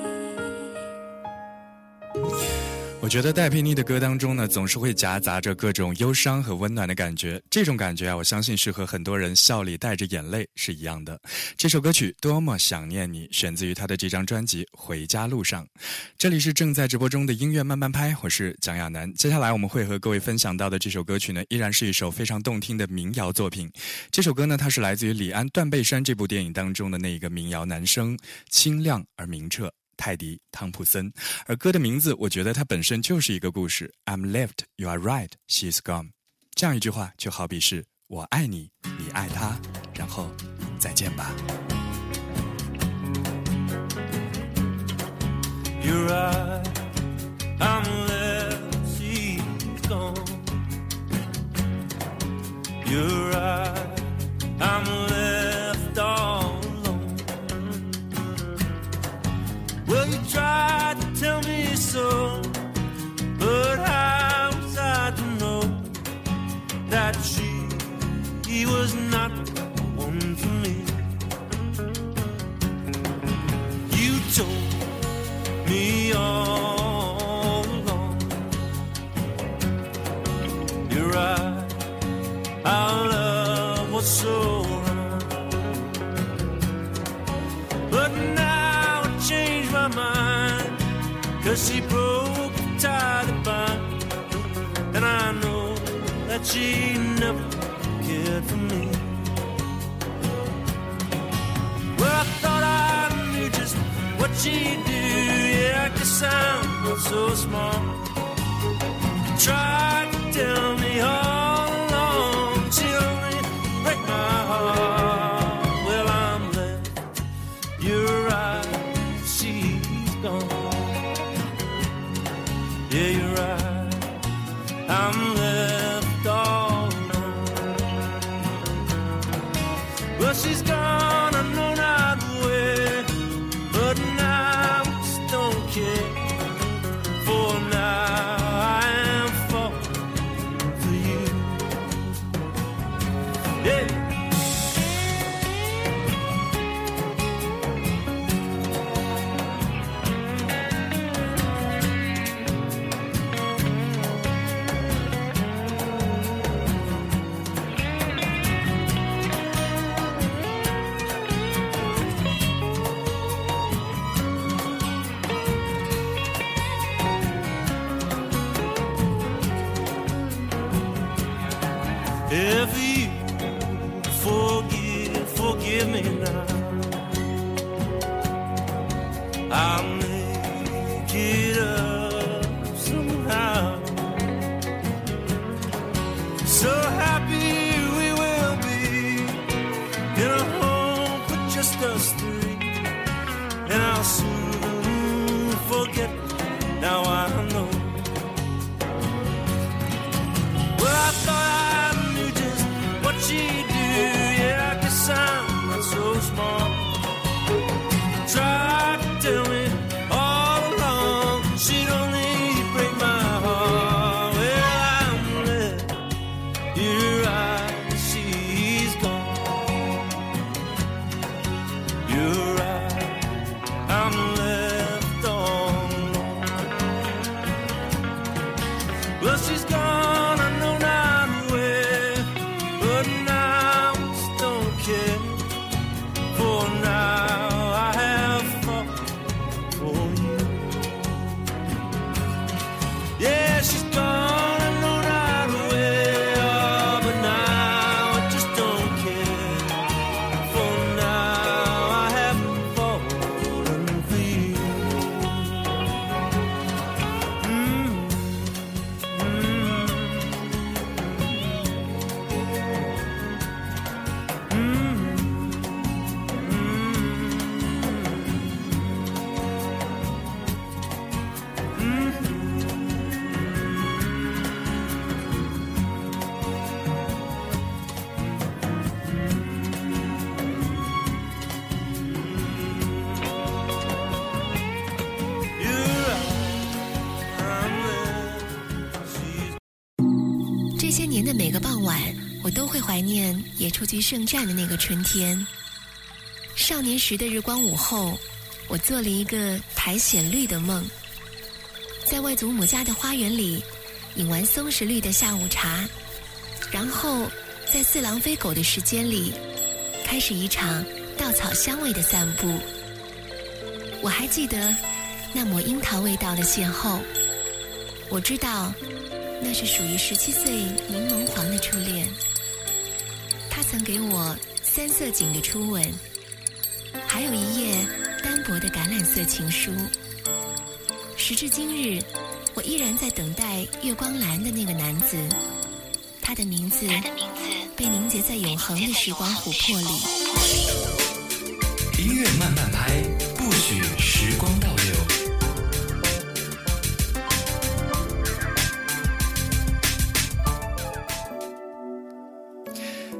我觉得戴佩妮的歌当中呢，总是会夹杂着各种忧伤和温暖的感觉。这种感觉啊，我相信是和很多人笑里带着眼泪是一样的。这首歌曲《多么想念你》选自于他的这张专辑《回家路上》。这里是正在直播中的音乐慢慢拍，我是蒋亚楠。接下来我们会和各位分享到的这首歌曲呢，依然是一首非常动听的民谣作品。这首歌呢，它是来自于李安《断背山》这部电影当中的那一个民谣男声，清亮而明澈。泰迪·汤普森，而歌的名字，我觉得它本身就是一个故事。I'm left, you are right, she's gone。这样一句话，就好比是我爱你，你爱他，然后再见吧。 You're right, I'm left, she's gone. You're right, I'm left all alone. Well, you tried to tell me so, but how was I to know that she, he was not the one for me? You told me all along. You're right, our love was so wrong. But now I changed my mind, 'cause she broke the tie that bind. And I know that she never cared for me. Well, I thought I knew just what she'd do. Yeah, I guess I'm not so smart. Tried to tell me all along she'd only break my heart. Well, I'm left, you're right, she's gone. Yeah, you're right, I'm left all alone. Well, she's gone, I know not where, but now I just don't care. For now I am falling for you. Yeah. If you forgive, forgive me now, I'll make it up somehow. So happy we will be in a home for just us three, and I'll soon forget, now I know. Well, I thought what she do, yeah, I guess I'm not so smart. Tried to tell me all along she'd only break my heart. Well, I'm left, you're right, she's gone. You're right, I'm left all alone. Well, she's gone, I know not where, but now I just don't care. For now I have fought for you. Yeah, she's gone, I know not where, oh, but now I just don't care. For now I have fallen for you. Mm-hmm. 这些年的每个傍晚，我都会怀念野雏菊盛绽的那个春天。少年时的日光午后，我做了一个苔藓绿的梦，在外祖母家的花园里饮完松石绿的下午茶，然后在似狼非狗的时间里开始一场稻草香味的散步。我还记得那抹樱桃味道的邂逅，我知道那是属于十七岁柠檬黄的初恋。他曾给我三色堇的初吻，还有一页单薄的橄榄色情书。时至今日，我依然在等待月光蓝的那个男子，他的名字被凝结在永恒的时光琥珀里。 音乐慢慢拍，不许时光倒流。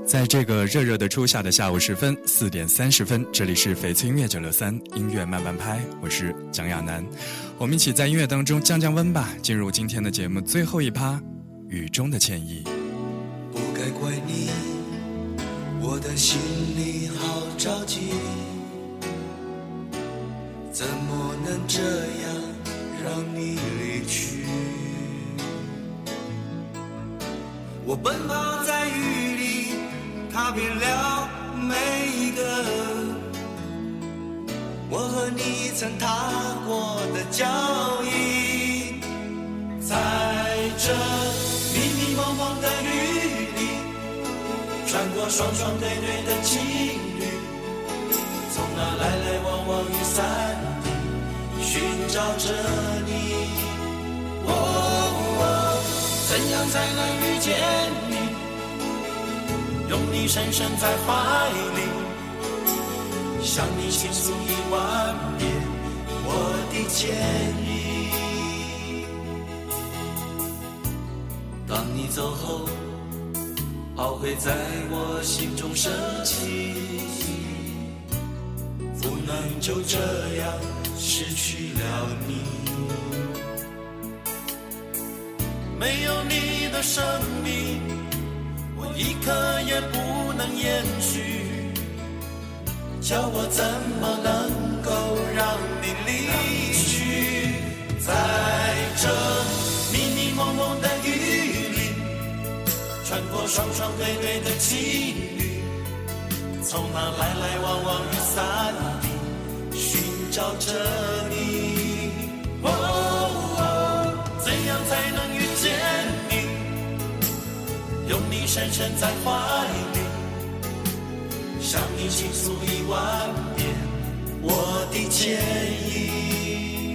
在这个热热的初夏的下午时分，四点三十分，这里是翡翠音乐九六三音乐慢慢拍，我是蒋亚楠，我们一起在音乐当中降降温吧。进入今天的节目最后一趴，雨中的歉意。 不该怪你，我的心里好着急，怎么能这样让你离去？我奔跑在雨里，踏遍了每一个我和你曾踏过的脚印，在这迷迷蒙蒙的雨里，穿过双双对对的情侣，从那来来往往雨伞里寻找着你。哦哦，怎样才能遇见你？拥你深深在怀里，向你倾诉一万遍我的歉意。当你走后，懊悔在我心中升起，不能就这样失去了你。没有你的生命，我一刻也不能延续，叫我怎么能够让你离去？在这迷迷蒙蒙的雨里，穿过双双对对的情侣，从那来来往往雨伞里寻找着你。哦哦，怎样才能遇见你？拥你深深在怀里，向你倾诉一万遍我的歉意。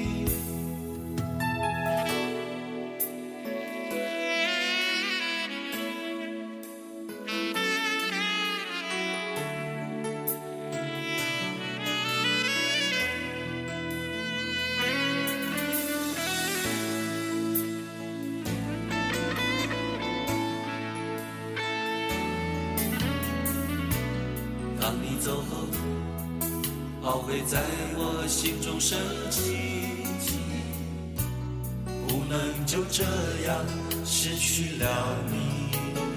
当你走后，懊悔在我心中升起，不能就这样失去了你。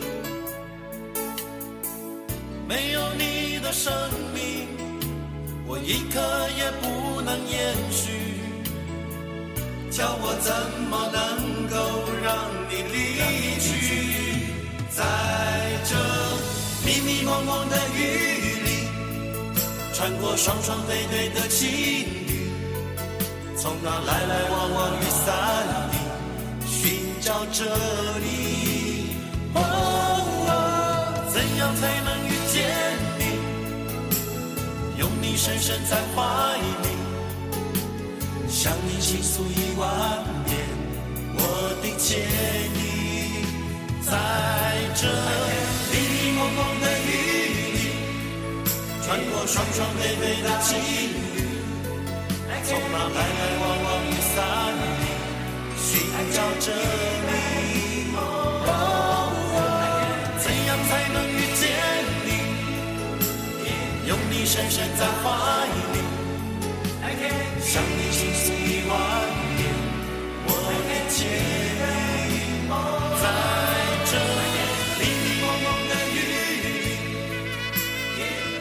没有你的生命，我一刻也不能延续，叫我怎么能够让你离去？在这迷迷蒙蒙的雨里，穿过双双对对的情侣，从那来来往往雨伞里寻找着你。哦哦，怎样才能遇见你？拥你深深在怀里，向你倾诉一万遍我的歉意。在这迷迷蒙蒙的雨里，穿过双双对对的情侣，从那来来往往雨伞里寻找着你。哦哦，怎样才能遇见你？拥你深深在怀里，向你倾诉一万遍我的歉意。在这迷迷蒙蒙的雨里，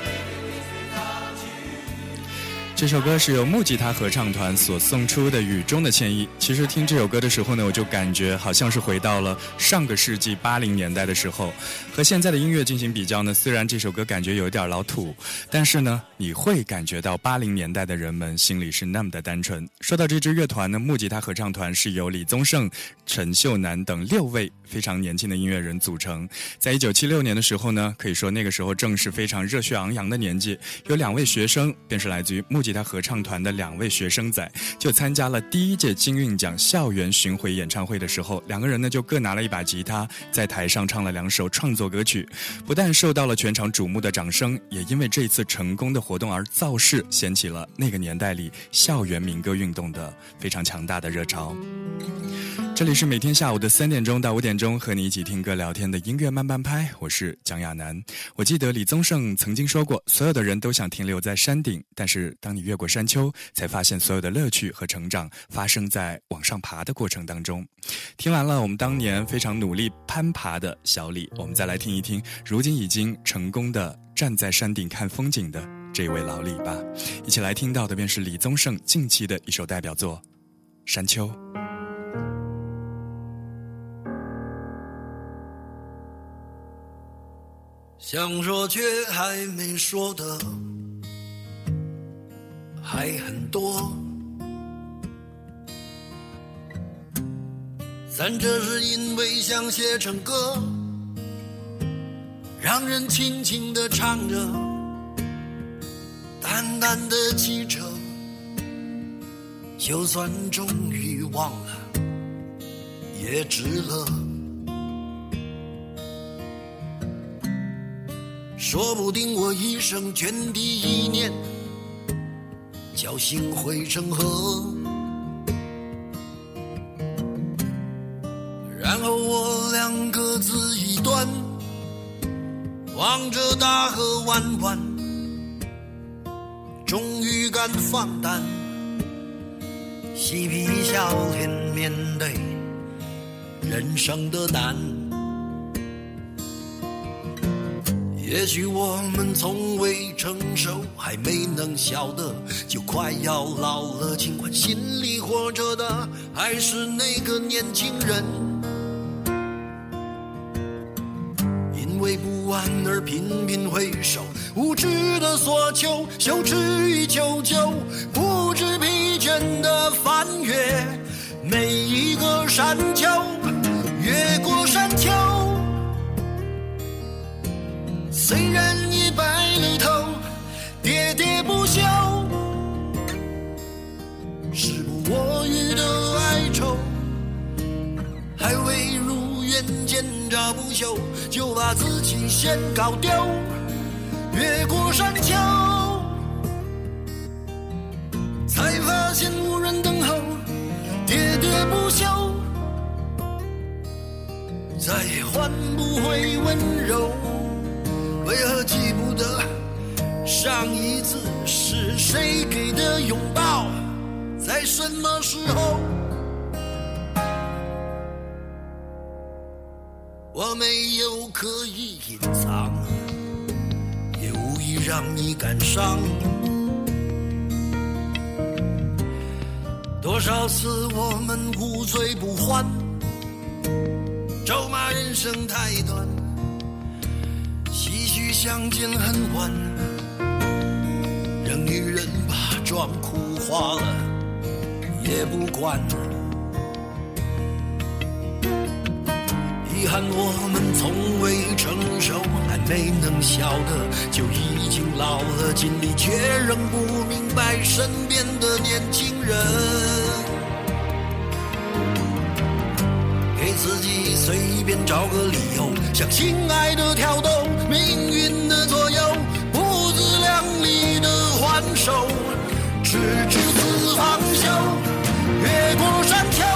这首歌是由木吉他合唱团所送出的《雨中的歉意》。其实听这首歌的时候呢，我就感觉好像是回到了上个世纪八零年代的时候。和现在的音乐进行比较呢，虽然这首歌感觉有点老土，但是呢，你会感觉到八零年代的人们心里是那么的单纯。说到这支乐团呢，木吉他合唱团是由李宗盛、陈秀楠等六位非常年轻的音乐人组成。在一九七六年的时候呢，可以说那个时候正是非常热血昂扬的年纪，有两位学生，便是来自于木吉他合唱团的两位学生仔，就参加了第一届金韵奖校园巡回演唱会的时候，两个人呢就各拿了一把吉他，在台上唱了两首创作歌曲，不但受到了全场瞩目的掌声，也因为这一次成功的活动而造势，掀起了那个年代里校园民歌运动的非常强大的热潮。 这里是每天下午的三点钟到五点钟和你一起听歌聊天的音乐慢半拍，我是蒋亚楠。我记得李宗盛曾经说过，所有的人都想停留在山顶，但是当你越过山丘，才发现所有的乐趣和成长发生在往上爬的过程当中。听完了我们当年非常努力攀爬的小李，我们再来听一听如今已经成功的站在山顶看风景的这位老李吧。一起来听到的便是李宗盛近期的一首代表作《山丘》。 想说却还没说的还很多，但这是因为想写成歌，让人轻轻地唱着，淡淡的记着，就算终于忘了也值了。说不定我一生涓滴一念，侥幸汇成河，然后我俩各自一端，望着大河弯弯，终于敢放胆，嬉皮笑脸面对人生的难。也许我们从未成熟，还没能晓得，就快要老了，尽管心里活着的还是那个年轻人。因为不安而频频回首，无知的所求，羞耻与求救，不知疲倦的翻越每一个山丘，越过山丘。虽然已白了头，喋喋不休，时不我予的哀愁，还未如愿见着不朽，就把自己先搞丢。越过山丘，才发现无人等候，喋喋不休，再也换不回温柔。为何记不得上一次是谁给的拥抱，在什么时候？我没有刻意隐藏，也无意让你感伤。多少次我们无醉不欢，咒骂人生太短，相见恨晚，让女人把妆哭花了也不管。遗憾我们从未成熟，还没能晓得，就已经老了，尽力却仍不明白身边的年轻人。给自己随便找个理由，向心爱的挑逗，命运的左右，不自量力的还手，直至死方休。越过山丘，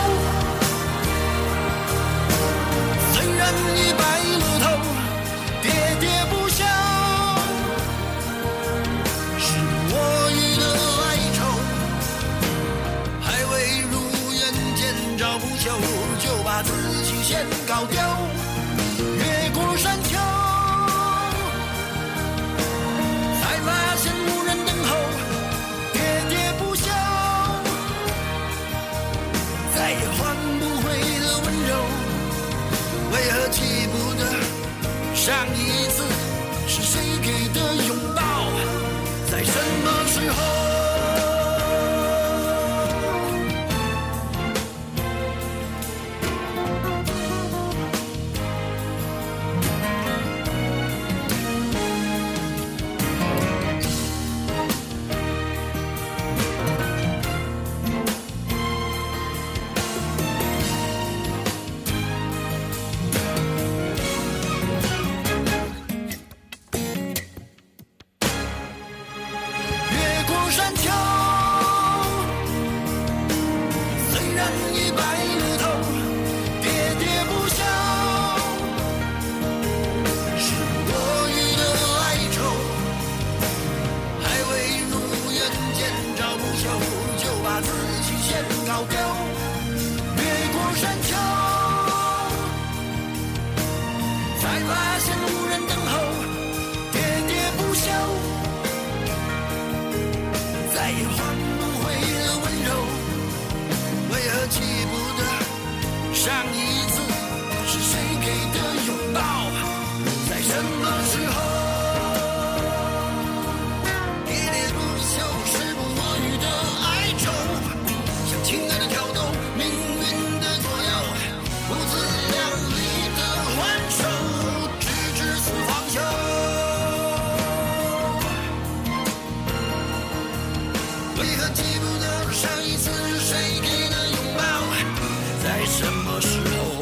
虽然已白了头，喋喋不休，是我予的哀愁，还未如愿见着不朽，就把自己先搞丢。越过山丘，才发现无人等候，喋喋不休，再也换不回的温柔。为何记不得上一次是谁给的拥抱，在什么时候？山前无人等候，喋喋不休，再也换不回的温柔，为何记不得上一次是谁给的拥抱，在什么时候？喋喋不休，时不我予的哀愁，像情爱的跳动，命运的左右，不自量力的还手，直至死方休。为何记不得上一次是谁给的拥抱，在什么时候？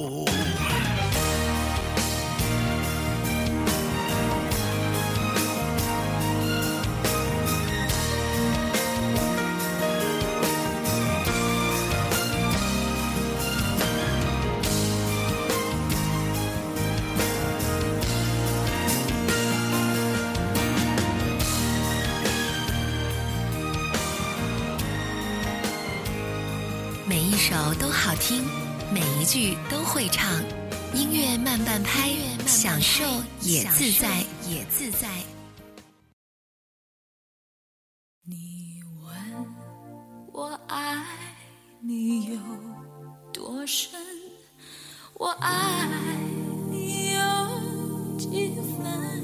每一首都好听，每一句都会唱，音乐慢半拍，享受也自在，也自在。 你问我爱你有多深，我爱你有几分？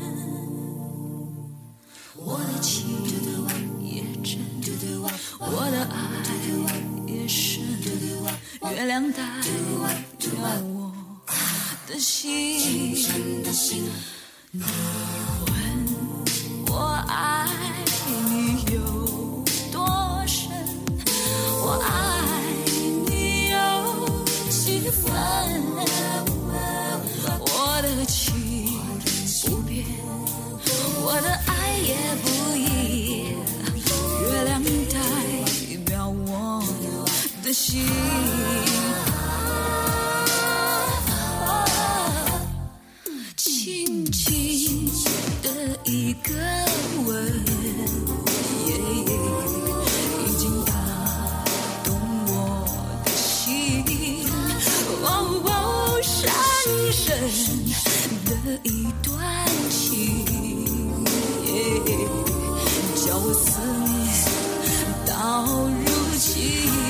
我的情也真，我的爱也深，月亮代表我的心。你问我爱你有多深，我爱你有几分？我的情不变，我的爱也不移，月亮代表我的心。轻轻的一个吻，已经打动我的心。哦哦，深深的一段情，叫我思念到如今。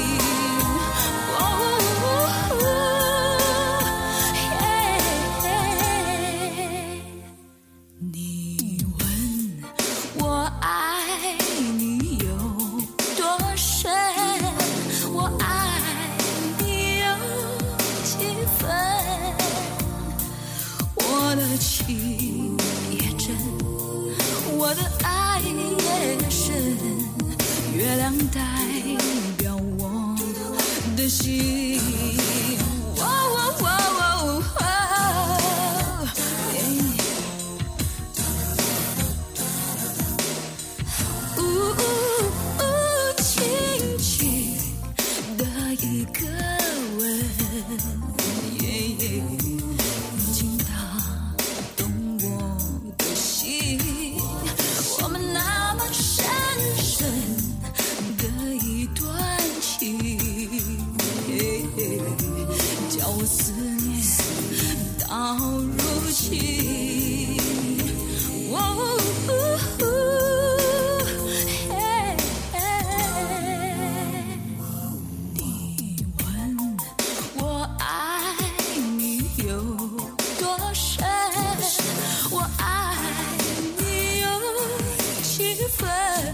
月亮代表我的心。哦哦哦哦哦呜呜，轻轻的一个吻，已经打动我的心。我们那么深深的一段情，叫我思念到如今。哦你问我爱你有多深，我爱你有几分？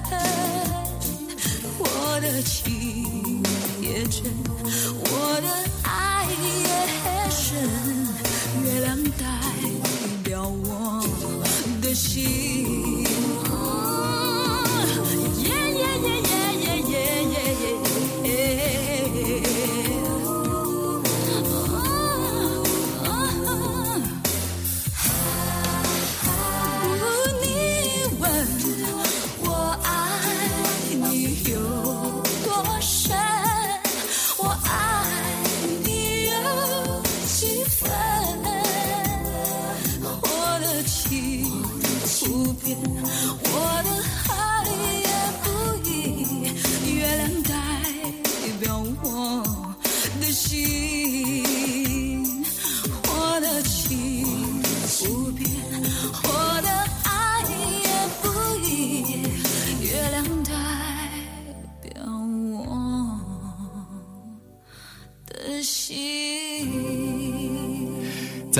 我的情也真，我的爱也深，月亮代表我的心。耶耶耶耶耶耶耶你问我爱你有多深，我爱你有几分？我的情不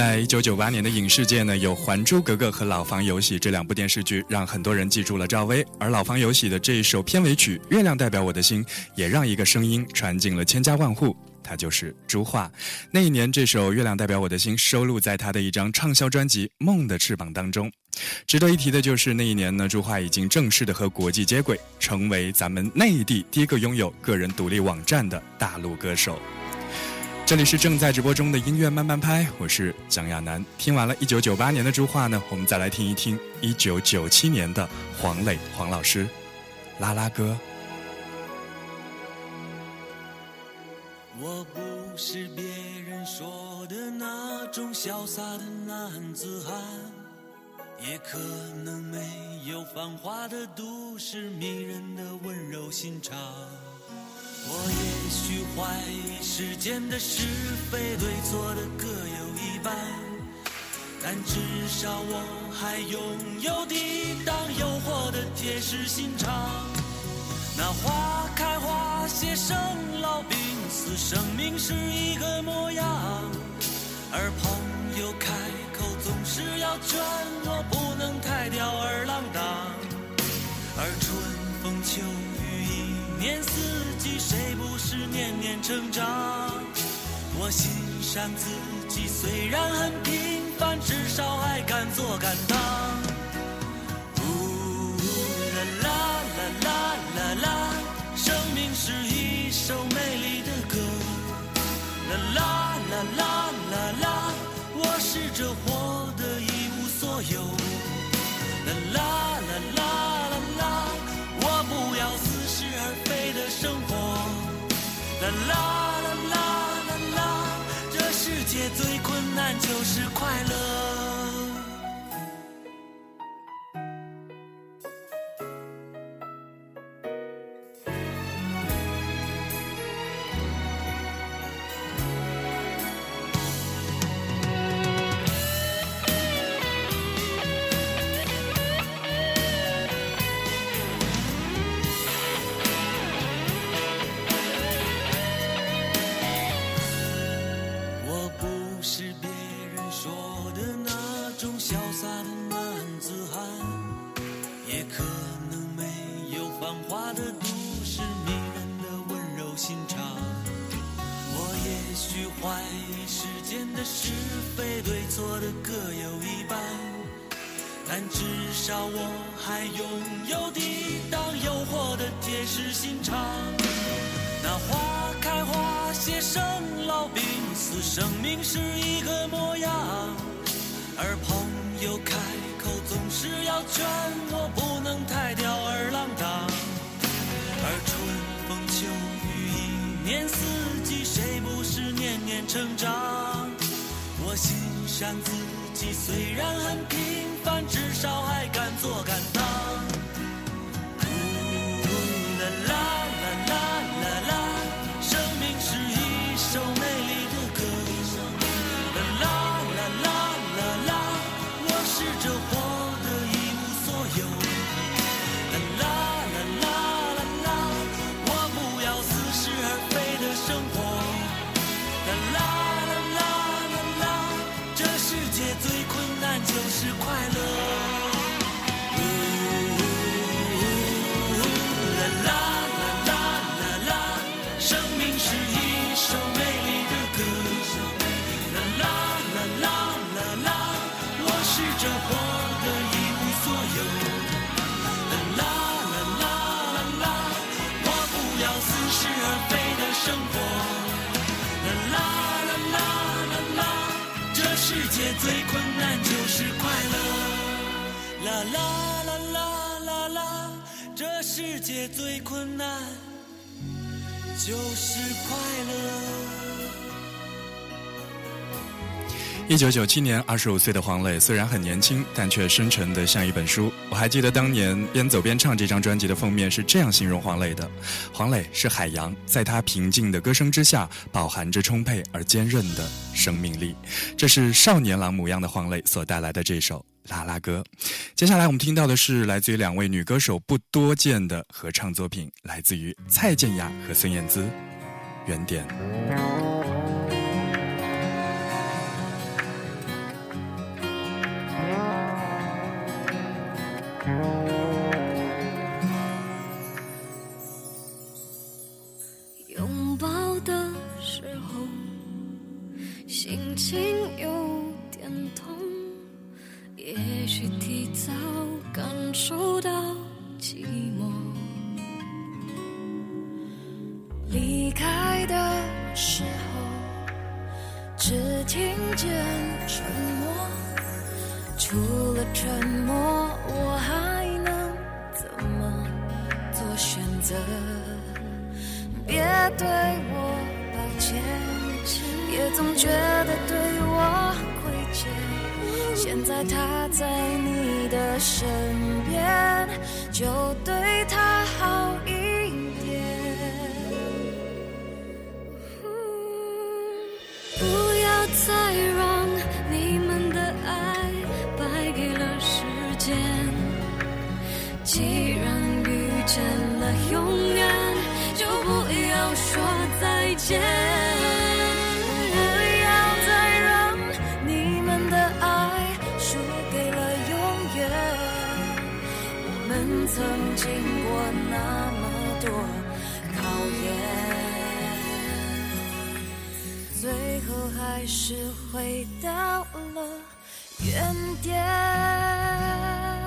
在一九九八年的影视界呢，有《还珠格格》和《老房有喜》这两部电视剧，让很多人记住了赵薇。而《老房有喜》的这一首片尾曲《月亮代表我的心》，也让一个声音传进了千家万户，它就是朱桦。那一年，这首《月亮代表我的心》收录在她的一张畅销专辑《梦的翅膀》当中。值得一提的就是那一年呢，朱桦已经正式的和国际接轨，成为咱们内地第一个拥有个人独立网站的大陆歌手。这里是正在直播中的音乐慢慢拍，我是蒋亚楠。听完了一九九八年的朱桦呢，我们再来听一听一九九七年的黄磊黄老师，拉拉歌。 我不是别人说的那种潇洒的男子汉，也可能没有繁华的都市迷人的温柔心肠。我也许怀疑世间的是非对错的各有一半，但至少我还拥有抵挡诱惑的铁石心肠。那花开花谢生老病死，生命是一个模样，而朋友开口总是要劝我不能太吊儿郎当。而春风秋雨一年四季，谁不是年年成长？我欣赏自己虽然很平凡，至少还敢做敢当。呜啦啦啦啦啦啦，生命是一首美丽的歌。啦啦啦啦啦啦，我试着活得一无所有。啦啦啦啦啦啦，我不要似是而非的生活。啦啦啦啦啦啦，这世界最困难就是快乐。但至少我还拥有抵挡诱惑的铁石心肠。那花开花谢生老病死，生命是一个模样，而朋友开口总是要劝我不能太吊儿郎当。而春风秋雨一年四季，谁不是年年成长？我欣赏自己虽然很平凡，至少还敢做敢当。呜啦啦啦啦啦啦，生命是一首美丽的歌。啦啦啦啦啦啦，我试着活得一无所有。啦啦啦啦啦啦，我不要似是而非的生活。啦啦啦啦啦啦，这世界最困难就是快乐。最困难就是快乐，啦啦啦啦啦啦，这世界最困难就是快乐。 一九九七年，二十五岁的黄磊虽然很年轻，但却深沉得像一本书。我还记得当年《边走边唱》这张专辑的封面是这样形容黄磊的：黄磊是海洋，在他平静的歌声之下，饱含着充沛而坚韧的生命力。这是少年郎模样的黄磊所带来的这首拉拉歌。接下来我们听到的是来自于两位女歌手不多见的合唱作品，来自于蔡健雅和孙燕姿，《原点》。 受到寂寞。离开的时候，只听见沉默。除了沉默，我还能怎么做选择？别对我抱歉，也总觉得对我亏欠。现在他在你的身边，就对他好一点。不要再让你们的爱败给了时间。既然遇见了永远，就不要说再见。不要再让你们的爱输给了永远。我们曾经过那么多考验，最后还是回到了原点。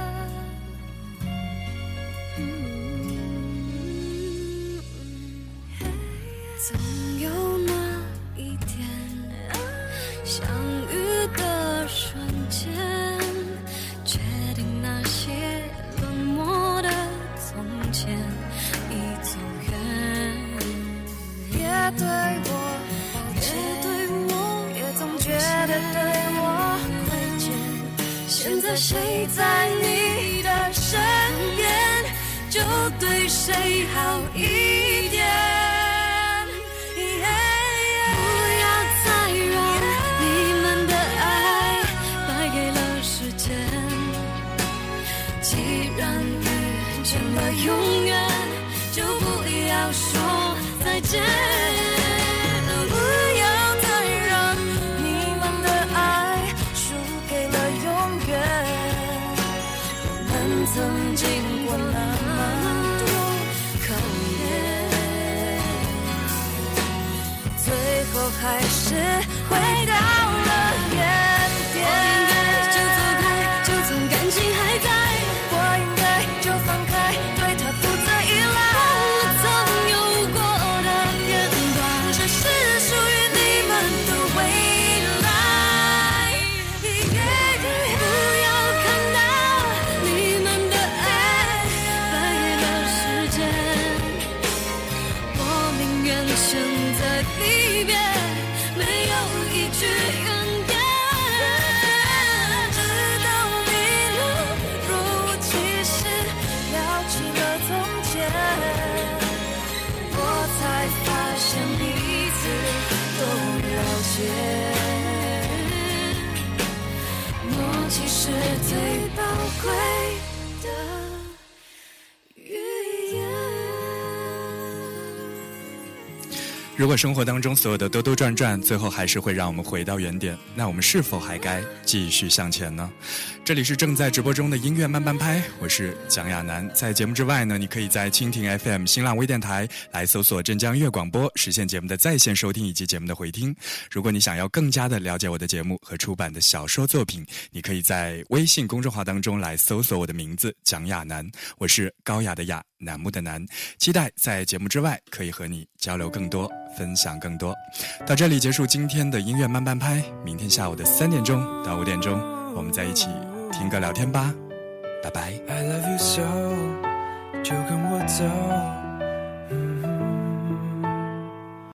总有那一天，相遇的瞬间，决定那些冷漠的从前已走远。别对我抱歉，对我也总觉得对我亏欠。现在谁在你的身边，就对谁好一点。永远就不要说再见。不要再让你们的爱输给了永远。我们曾经过那么多考验，最后还是回到了原点。我应该就走开，就算感情还在。我应该就放开，对他不再依赖。我曾有过的片段，只是属于你们的未来。不要看到你们的爱败给了时间，我宁愿选择离别，没有一句怨言。彼此都了解，默契是最宝贵的语言。 如果生活当中所有的兜兜转转最后还是会让我们回到原点，那我们是否还该继续向前呢？这里是正在直播中的音乐慢半拍，我是蒋亚楠。在节目之外呢，你可以在蜻蜓 F M、 新浪微电台来搜索镇江音乐广播，实现节目的在线收听以及节目的回听。如果你想要更加的了解我的节目和出版的小说作品，你可以在微信公众号当中来搜索我的名字蒋亚楠，我是高雅的雅，楠木的楠。期待在节目之外可以和你交流更多，分享更多。到这里结束今天的音乐慢半拍，明天下午的三点钟到五点钟，我们在一起听歌聊天吧，拜拜。 I love you so， 就跟我走。